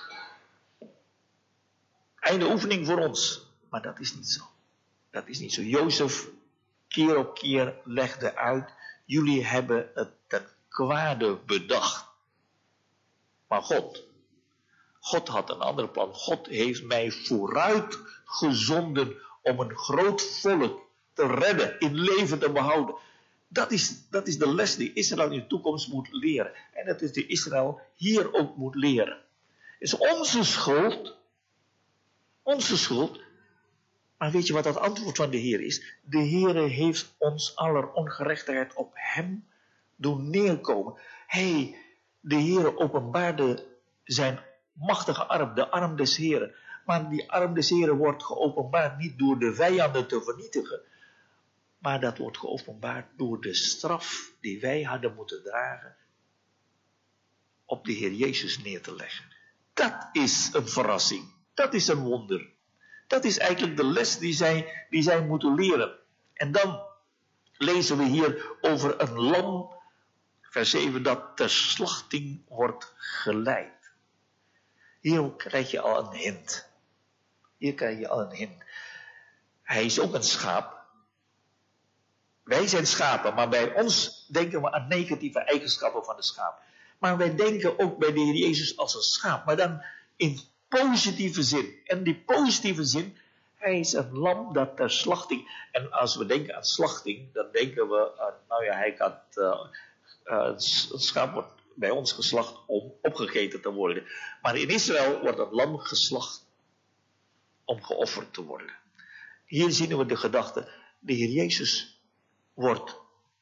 [SPEAKER 2] einde oefening voor ons. Maar dat is niet zo. Dat is niet zo. Jozef keer op keer legde uit, jullie hebben het ten kwade bedacht. Maar God, God had een ander plan. God heeft mij vooruit gezonden om een groot volk te redden, in leven te behouden. Dat is, dat is de les die Israël in de toekomst moet leren. En dat is die Israël hier ook moet leren. Het is onze schuld. Onze schuld. Maar weet je wat het antwoord van de Heer is? De Heer heeft ons aller ongerechtigheid op hem doen neerkomen. Hij, de Heer openbaarde zijn machtige arm, de arm des Heeren. Maar die arm des Heeren wordt geopenbaard niet door de vijanden te vernietigen, maar dat wordt geopenbaard door de straf die wij hadden moeten dragen op de Heer Jezus neer te leggen. Dat is een verrassing. Dat is een wonder. Dat is eigenlijk de les die zij, die zij moeten leren. En dan lezen we hier over een lam, vers zeven, dat ter slachting wordt geleid. Hier krijg je al een hint. Hier krijg je al een hint. Hij is ook een schaap. Wij zijn schapen, maar bij ons denken we aan negatieve eigenschappen van de schaap. Maar wij denken ook bij de Heer Jezus als een schaap, maar dan in positieve zin. En die positieve zin, hij is een lam dat ter slachting. En als we denken aan slachting, dan denken we aan, nou ja, hij kan, uh, uh, een schaap wordt bij ons geslacht om opgegeten te worden. Maar in Israël wordt een lam geslacht om geofferd te worden. Hier zien we de gedachte, de Heer Jezus wordt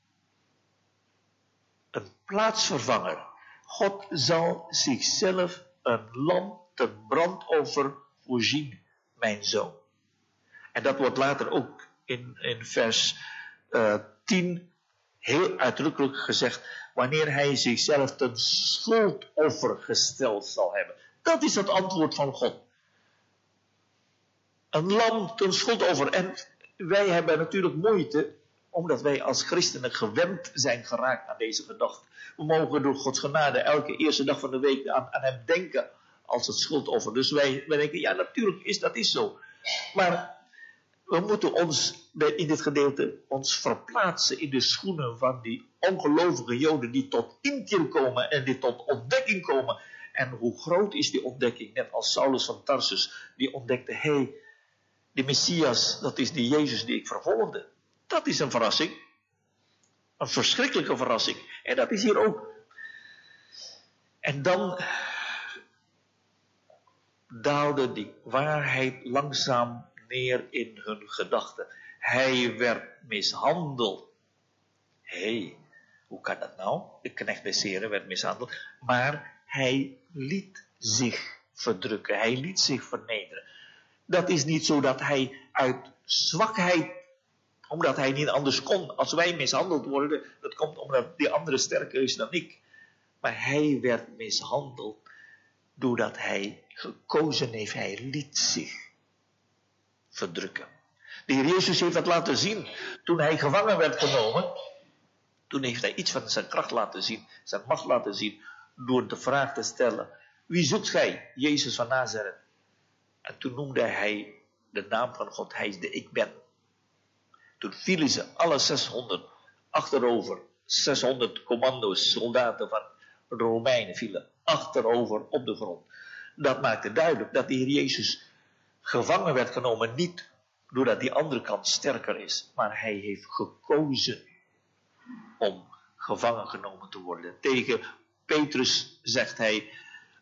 [SPEAKER 2] een plaatsvervanger. God zal zichzelf een lam ten brandoffer voorzien, mijn zoon. En dat wordt later ook in, in vers uh, tien heel uitdrukkelijk gezegd, wanneer hij zichzelf ten schuldoffer gesteld zal hebben. Dat is het antwoord van God. Een lam ten schuldoffer. En wij hebben natuurlijk moeite, omdat wij als christenen gewend zijn geraakt aan deze gedachte. We mogen door Gods genade elke eerste dag van de week aan, aan hem denken als het schuldoffer. Dus wij, wij denken, ja natuurlijk is dat is zo. Maar we moeten ons in dit gedeelte ons verplaatsen in de schoenen van die ongelovige Joden die tot inkeer komen en die tot ontdekking komen. En hoe groot is die ontdekking? Net als Saulus van Tarsus, die ontdekte, hé, hey, de Messias, dat is die Jezus die ik vervolgde. Dat is een verrassing. Een verschrikkelijke verrassing. En dat is hier ook. En dan daalde die waarheid langzaam neer in hun gedachten. Hij werd mishandeld. Hé, hey, hoe kan dat nou? De knecht des Heren werd mishandeld. Maar hij liet zich verdrukken. Hij liet zich vernederen. dat is niet zo dat hij uit zwakheid, omdat hij niet anders kon, als wij mishandeld worden, dat komt omdat die andere sterker is dan ik. Maar hij werd mishandeld doordat hij gekozen heeft, hij liet zich verdrukken. De Heer Jezus heeft dat laten zien toen hij gevangen werd genomen. Toen heeft hij iets van zijn kracht laten zien, zijn macht laten zien, door de vraag te stellen: wie zoekt gij? Jezus van Nazareth. En toen noemde hij de naam van God, hij is de ik ben. Toen vielen ze alle zeshonderd achterover. zeshonderd commando's, soldaten van de Romeinen vielen achterover op de grond. Dat maakte duidelijk dat de Heer Jezus gevangen werd genomen, niet doordat die andere kant sterker is, maar hij heeft gekozen om gevangen genomen te worden. Tegen Petrus zegt hij: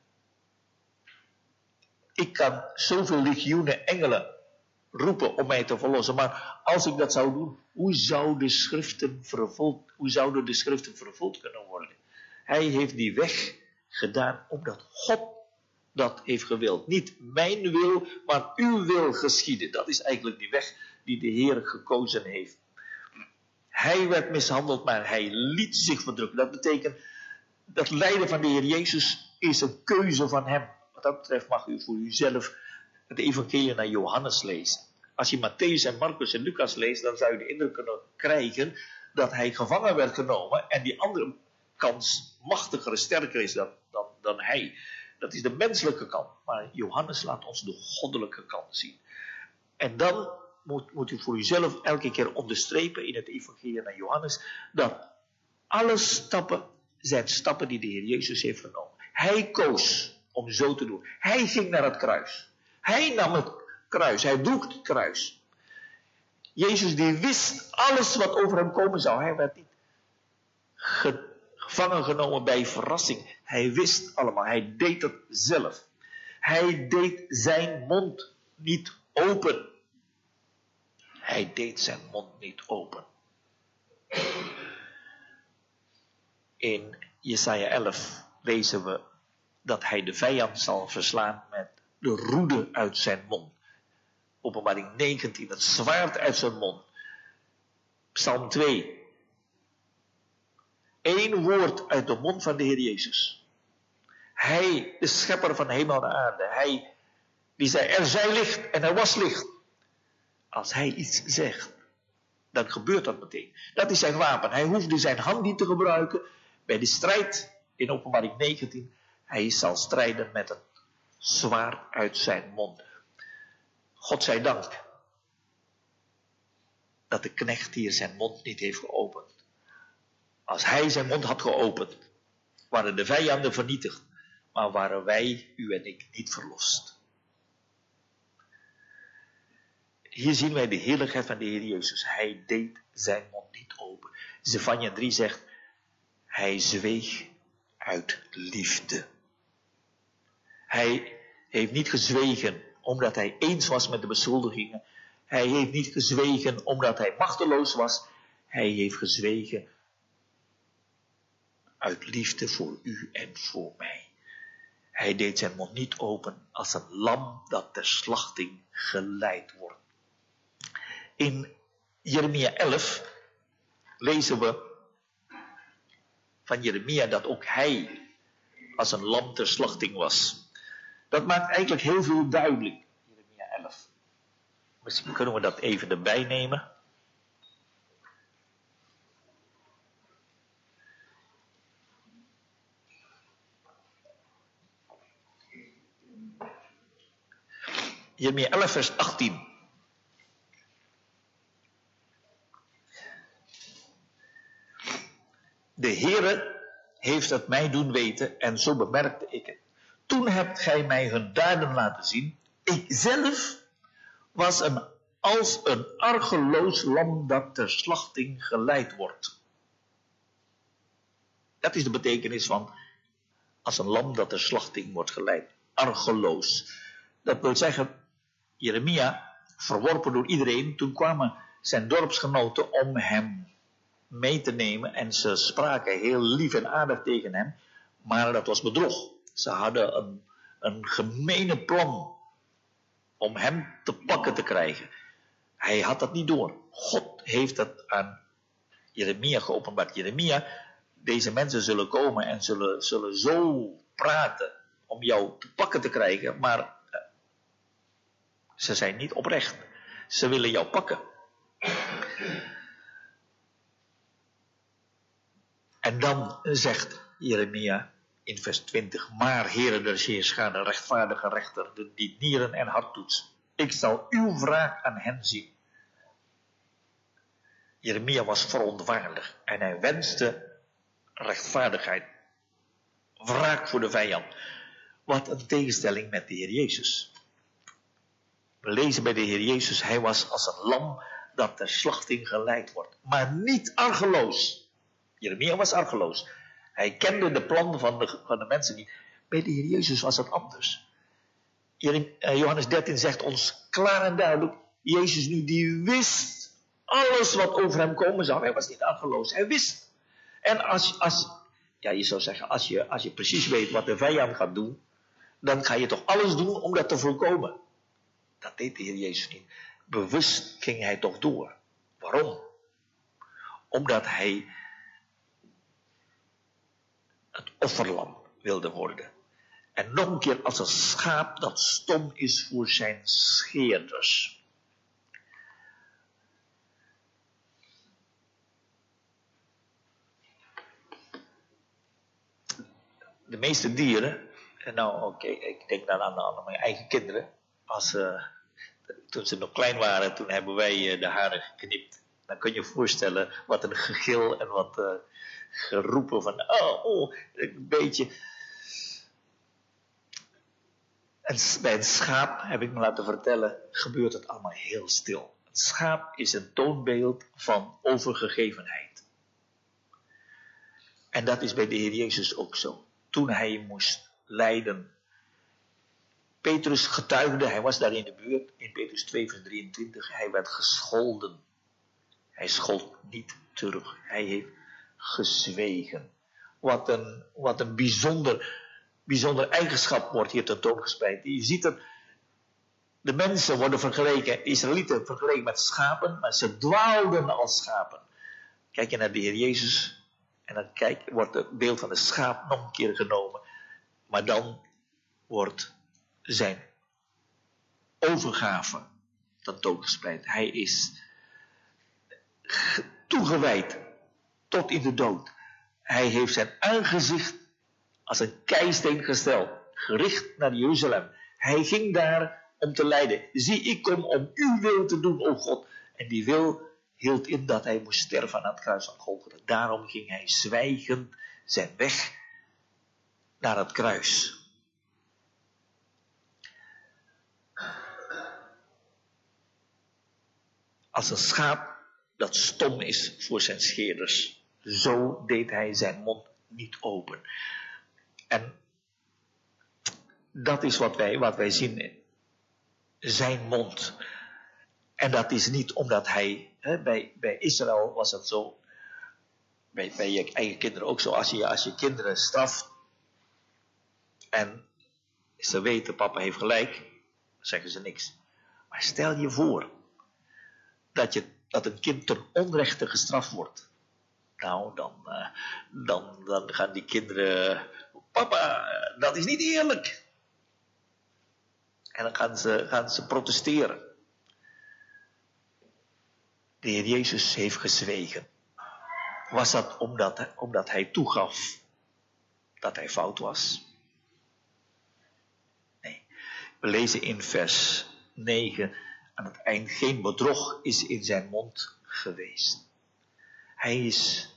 [SPEAKER 2] ik kan zoveel legioenen engelen roepen om mij te verlossen, maar als ik dat zou doen, hoe zou de schriften vervuld, hoe zouden de schriften vervuld kunnen worden? Hij heeft die weg gedaan omdat God dat heeft gewild. Niet mijn wil, maar uw wil geschieden. Dat is eigenlijk die weg die de Heer gekozen heeft. Hij werd mishandeld, maar hij liet zich verdrukken. Dat betekent, dat lijden van de Heer Jezus is een keuze van hem. Wat dat betreft mag u voor uzelf het evangelie naar Johannes lezen. Als je Matthäus en Marcus en Lucas leest, dan zou je de indruk kunnen krijgen dat hij gevangen werd genomen en die andere kant machtiger en sterker is dan, dan, dan hij. Dat is de menselijke kant. Maar Johannes laat ons de goddelijke kant zien. En dan moet, moet u voor uzelf elke keer onderstrepen in het evangelie naar Johannes, dat alle stappen zijn stappen die de Heer Jezus heeft genomen. Hij koos om zo te doen. Hij ging naar het kruis. Hij nam het kruis. Hij droeg het kruis. Jezus die wist alles wat over hem komen zou. Hij werd niet gevangen genomen bij verrassing. Hij wist allemaal. Hij deed het zelf. Hij deed zijn mond niet open. Hij deed zijn mond niet open. In Jesaja elf lezen we dat hij de vijand zal verslaan met de roede uit zijn mond. Openbaring negentien, het zwaard uit zijn mond. Psalm twee. Eén woord uit de mond van de Heer Jezus. Hij, de schepper van hemel en aarde. Hij, die zei, er zij licht en er was licht. Als hij iets zegt, dan gebeurt dat meteen. Dat is zijn wapen. Hij hoefde zijn hand niet te gebruiken bij de strijd in Openbaring negentien. Hij zal strijden met het zwaard uit zijn mond. God zij dank dat de knecht hier zijn mond niet heeft geopend. Als hij zijn mond had geopend, waren de vijanden vernietigd, maar waren wij, u en ik, niet verlost. Hier zien wij de heerlijkheid van de Heer Jezus. Hij deed zijn mond niet open. Zefanja drie zegt, hij zweeg uit liefde. Hij heeft niet gezwegen omdat hij eens was met de beschuldigingen. Hij heeft niet gezwegen omdat hij machteloos was. Hij heeft gezwegen uit liefde voor u en voor mij. Hij deed zijn mond niet open als een lam dat ter slachting geleid wordt. In Jeremia elf lezen we van Jeremia dat ook hij als een lam ter slachting was. Dat maakt eigenlijk heel veel duidelijk. Jeremia elf. Misschien kunnen we dat even erbij nemen. Jeremia elf vers achttien. De Heere heeft het mij doen weten en zo bemerkte ik het. Toen hebt gij mij hun daden laten zien. Ik zelf was een, als een argeloos lam dat ter slachting geleid wordt. Dat is de betekenis van als een lam dat ter slachting wordt geleid. Argeloos. Dat wil zeggen, Jeremia, verworpen door iedereen, toen kwamen zijn dorpsgenoten om hem mee te nemen en ze spraken heel lief en aardig tegen hem, maar dat was bedrog. Ze hadden een, een gemene plan om hem te pakken te krijgen. Hij had dat niet door. God heeft dat aan Jeremia geopenbaard. Jeremia, deze mensen zullen komen en zullen, zullen zo praten om jou te pakken te krijgen, maar uh, ze zijn niet oprecht. Ze willen jou pakken. En dan zegt Jeremia in vers twintig, maar Heere der Heerscharen, rechtvaardige rechter, die nieren en hart toetst, ik zal uw wraak aan hen zien. Jeremia was verontwaardigd en hij wenste rechtvaardigheid, wraak voor de vijand. Wat een tegenstelling met de Heer Jezus. We lezen bij de Heer Jezus, hij was als een lam dat ter slachting geleid wordt, maar niet argeloos. Jeremia was argeloos. Hij kende de plannen van de, van de mensen niet. Bij de Heer Jezus was het anders. Johannes dertien zegt ons klaar en duidelijk, Jezus nu die wist alles wat over hem komen zou. Hij was niet argeloos. Hij wist. En als, als ja, je zou zeggen, als je, als je precies weet wat de vijand gaat doen, dan ga je toch alles doen om dat te voorkomen. Dat deed de Heer Jezus niet. Bewust ging hij toch door. Waarom? Omdat hij het offerlam wilde worden. En nog een keer als een schaap dat stom is voor zijn scheerders. De meeste dieren, en nou oké, okay, ik denk dan aan, aan mijn eigen kinderen. Als, uh, toen ze nog klein waren, toen hebben wij uh, de haren geknipt. Dan kun je je voorstellen wat een gegil en wat uh, geroepen van, oh, oh, een beetje. En bij een schaap, heb ik me laten vertellen, gebeurt het allemaal heel stil. Een schaap is een toonbeeld van overgegevenheid. En dat is bij de Heer Jezus ook zo. Toen hij moest lijden. Petrus getuigde, hij was daar in de buurt, in Petrus twee vers drieëntwintig, hij werd gescholden. Hij schold niet terug, hij heeft gezwegen. Wat een, wat een bijzonder, bijzonder eigenschap wordt hier tentoongespreid. Je ziet het, de mensen worden vergeleken, Israëlieten vergeleken met schapen, maar ze dwaalden als schapen. Kijk je naar de Heer Jezus, en dan kijk, wordt het beeld van de schaap nog een keer genomen. Maar dan wordt zijn overgave tentoongespreid. Hij is toegewijd tot in de dood. Hij heeft zijn aangezicht als een keisteen gesteld, gericht naar Jeruzalem. Hij ging daar om te lijden. Zie, ik kom om uw wil te doen, o God. En die wil hield in dat hij moest sterven aan het kruis van Golgotha. Daarom ging hij zwijgend zijn weg naar het kruis. Als een schaap dat stom is voor zijn scheerders. Zo deed hij zijn mond niet open. En dat is wat wij, wat wij zien. Zijn mond. En dat is niet omdat hij, hè, bij, bij Israël was het zo, bij, bij je eigen kinderen ook zo, als je, als je kinderen straft en ze weten papa heeft gelijk, dan zeggen ze niks. Maar stel je voor dat, je, dat een kind ten onrechte gestraft wordt. Nou, dan, uh, dan, dan gaan die kinderen, papa, dat is niet eerlijk. En dan gaan ze, gaan ze protesteren. De Heer Jezus heeft gezwegen. Was dat omdat, omdat hij toegaf dat hij fout was? Nee. We lezen in vers negen aan het eind, geen bedrog is in zijn mond geweest. Hij is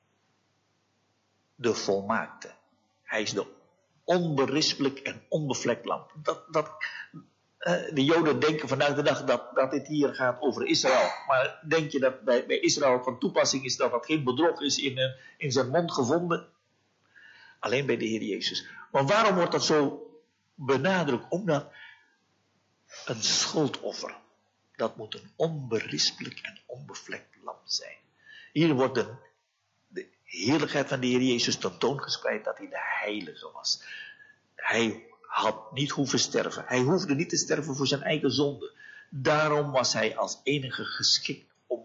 [SPEAKER 2] de volmaakte. Hij is de onberispelijk en onbevlekt lam. Dat, dat, uh, de Joden denken vandaag de dag dat, dat dit hier gaat over Israël. Maar denk je dat bij, bij Israël van toepassing is dat dat geen bedrog is in, uh, in zijn mond gevonden? Alleen bij de Heer Jezus. Maar waarom wordt dat zo benadrukt? Omdat een schuldoffer, dat moet een onberispelijk en onbevlekt lam zijn. Hier wordt de, de heerlijkheid van de Heer Jezus tentoongespreid dat hij de heilige was. Hij had niet hoeven sterven. Hij hoefde niet te sterven voor zijn eigen zonde. Daarom was hij als enige geschikt om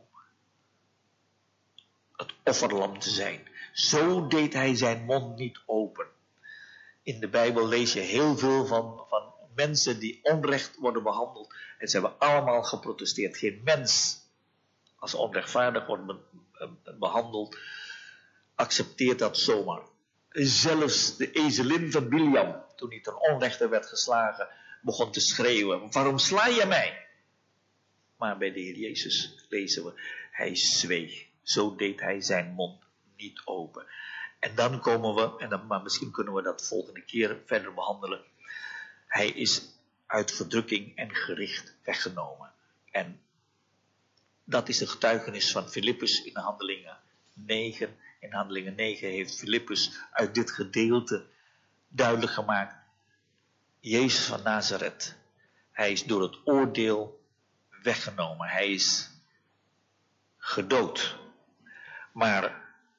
[SPEAKER 2] het offerlam te zijn. Zo deed hij zijn mond niet open. In de Bijbel lees je heel veel van, van mensen die onrecht worden behandeld. En ze hebben allemaal geprotesteerd. Geen mens, als onrechtvaardig wordt be, be, behandeld, accepteert dat zomaar. Zelfs de ezelin van Biliam, toen hij ten onrechte werd geslagen, begon te schreeuwen: waarom sla je mij? Maar bij de Heer Jezus lezen we: hij zweeg. Zo deed hij zijn mond niet open. En dan komen we, en dan, maar misschien kunnen we dat volgende keer verder behandelen. Hij is uit verdrukking en gericht weggenomen. En dat is de getuigenis van Filippus in Handelingen negen. In Handelingen negen heeft Filippus uit dit gedeelte duidelijk gemaakt: Jezus van Nazareth, hij is door het oordeel weggenomen. Hij is gedood. Maar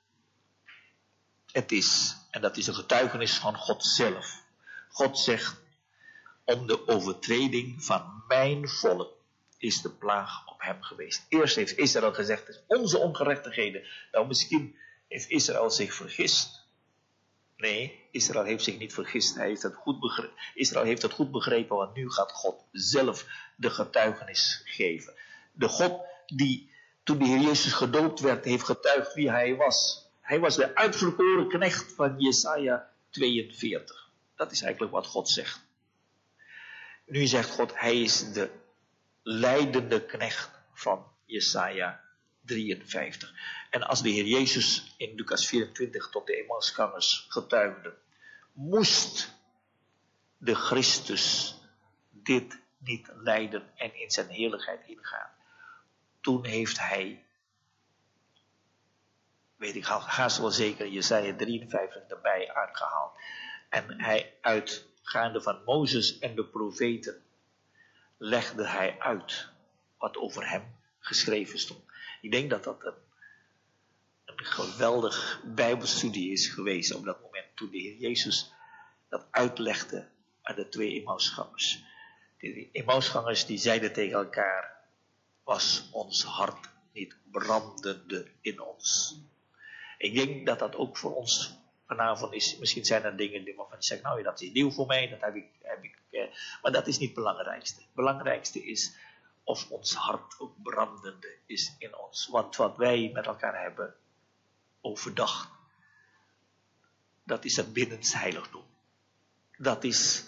[SPEAKER 2] het is, en dat is een getuigenis van God zelf. God zegt: om de overtreding van mijn volk is de plaag op hem geweest. Eerst heeft Israël gezegd: het is onze ongerechtigheden. Nou, misschien heeft Israël zich vergist. Nee, Israël heeft zich niet vergist. Hij heeft het goed begrepen. Israël heeft het goed begrepen, want nu gaat God zelf de getuigenis geven. De God die, toen de Heer Jezus gedoopt werd, heeft getuigd wie hij was. Hij was de uitverkoren knecht van Jesaja tweeënveertig. Dat is eigenlijk wat God zegt. Nu zegt God: hij is de lijdende knecht van Jesaja drieënvijftig. En als de Heer Jezus in Lucas vierentwintig tot de Emmausgangers getuigde: moest de Christus dit niet lijden en in zijn heerlijkheid ingaan? Toen heeft hij, weet ik haast wel zeker, Jesaja drieënvijftig erbij aangehaald. En hij, uitgaande van Mozes en de profeten, legde hij uit wat over hem geschreven stond. Ik denk dat dat een, een geweldig bijbelstudie is geweest op dat moment, toen de Heer Jezus dat uitlegde aan de twee Emmausgangers. De Emmausgangers die zeiden tegen elkaar: was ons hart niet brandende in ons? Ik denk dat dat ook voor ons vanavond is. Misschien zijn er dingen die waarvan je zegt: nou, dat is nieuw voor mij, dat heb ik, heb ik eh, maar dat is niet het belangrijkste. Het belangrijkste is of ons hart ook brandende is in ons. Want wat wij met elkaar hebben overdag, dat is het binnenste heiligdom. Dat is,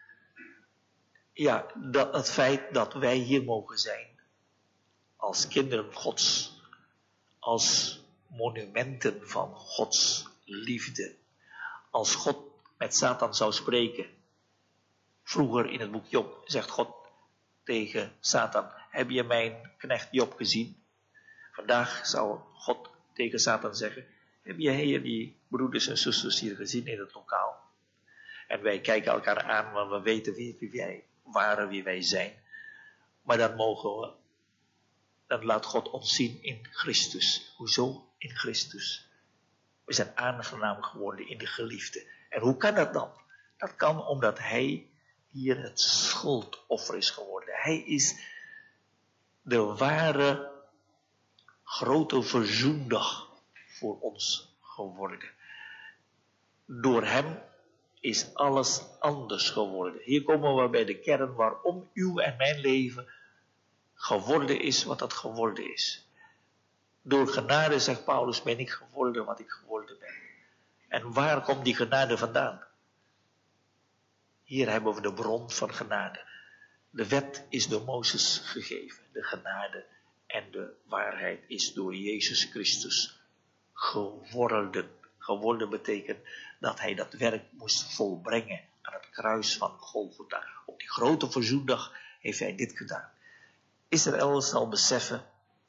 [SPEAKER 2] ja, dat, het feit dat wij hier mogen zijn als kinderen Gods, als monumenten van Gods liefde. Als God met Satan zou spreken, vroeger in het boek Job, zegt God tegen Satan: heb je mijn knecht Job gezien? Vandaag zou God tegen Satan zeggen: heb je hier die broeders en zusters hier gezien in het lokaal? En wij kijken elkaar aan, want we weten wie, wie wij waren, wie wij zijn. Maar dan mogen we, dan laat God ons zien in Christus. Hoezo in Christus? We zijn aangenaam geworden in de geliefde. En hoe kan dat dan? Dat kan omdat hij hier het schuldoffer is geworden. Hij is de ware grote verzoendag voor ons geworden. Door hem is alles anders geworden. Hier komen we bij de kern waarom uw en mijn leven geworden is wat het geworden is. Door genade, zegt Paulus, ben ik geworden wat ik geworden ben. En waar komt die genade vandaan? Hier hebben we de bron van genade. De wet is door Mozes gegeven. De genade en de waarheid is door Jezus Christus geworden. Geworden betekent dat hij dat werk moest volbrengen aan het kruis van Golgotha. Op die grote verzoendag heeft hij dit gedaan. Israël zal beseffen,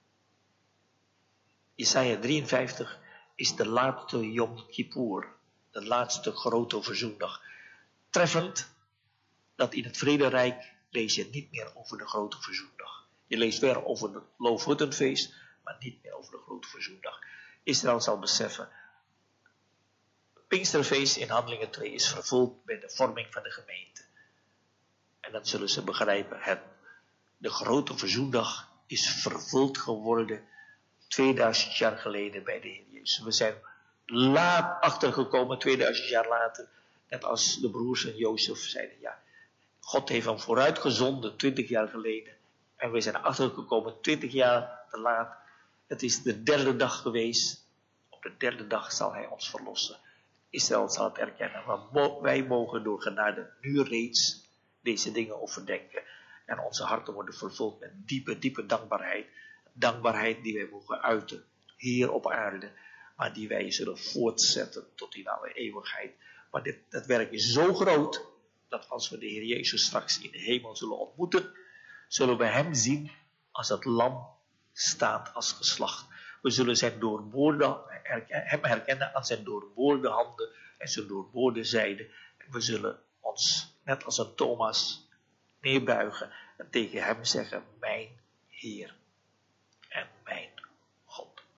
[SPEAKER 2] Jesaja drieënvijftig is de laatste Yom Kippur, de laatste grote verzoendag. Treffend dat in het Vrederijk lees je niet meer over de grote verzoendag. Je leest weer over het Loofhuttenfeest, maar niet meer over de grote verzoendag. Israël zal beseffen, Pinksterfeest in Handelingen twee is vervuld bij de vorming van de gemeente. En dan zullen ze begrijpen, het, de grote verzoendag is vervuld geworden tweeduizend jaar geleden bij de Heer Jezus. We zijn laat achtergekomen, tweeduizend jaar later, net als de broers en Jozef zeiden, ja, God heeft hem vooruitgezonden twintig jaar geleden. En we zijn achtergekomen twintig jaar te laat. Het is de derde dag geweest. Op de derde dag zal hij ons verlossen. Israël zal het erkennen. Maar wij mogen door genade nu reeds deze dingen overdenken. En onze harten worden vervuld met diepe, diepe dankbaarheid. Dankbaarheid die wij mogen uiten. Hier op aarde. Maar die wij zullen voortzetten tot in alle eeuwigheid. Maar dit, dat werk is zo groot. Dat als we de Heer Jezus straks in de hemel zullen ontmoeten. Zullen we hem zien als het lam staand als geslacht. We zullen zijn doorboorde, hem herkennen aan zijn doorboorde handen en zijn doorboorde zijde. En we zullen ons, net als een Thomas, neerbuigen en tegen hem zeggen, mijn Heer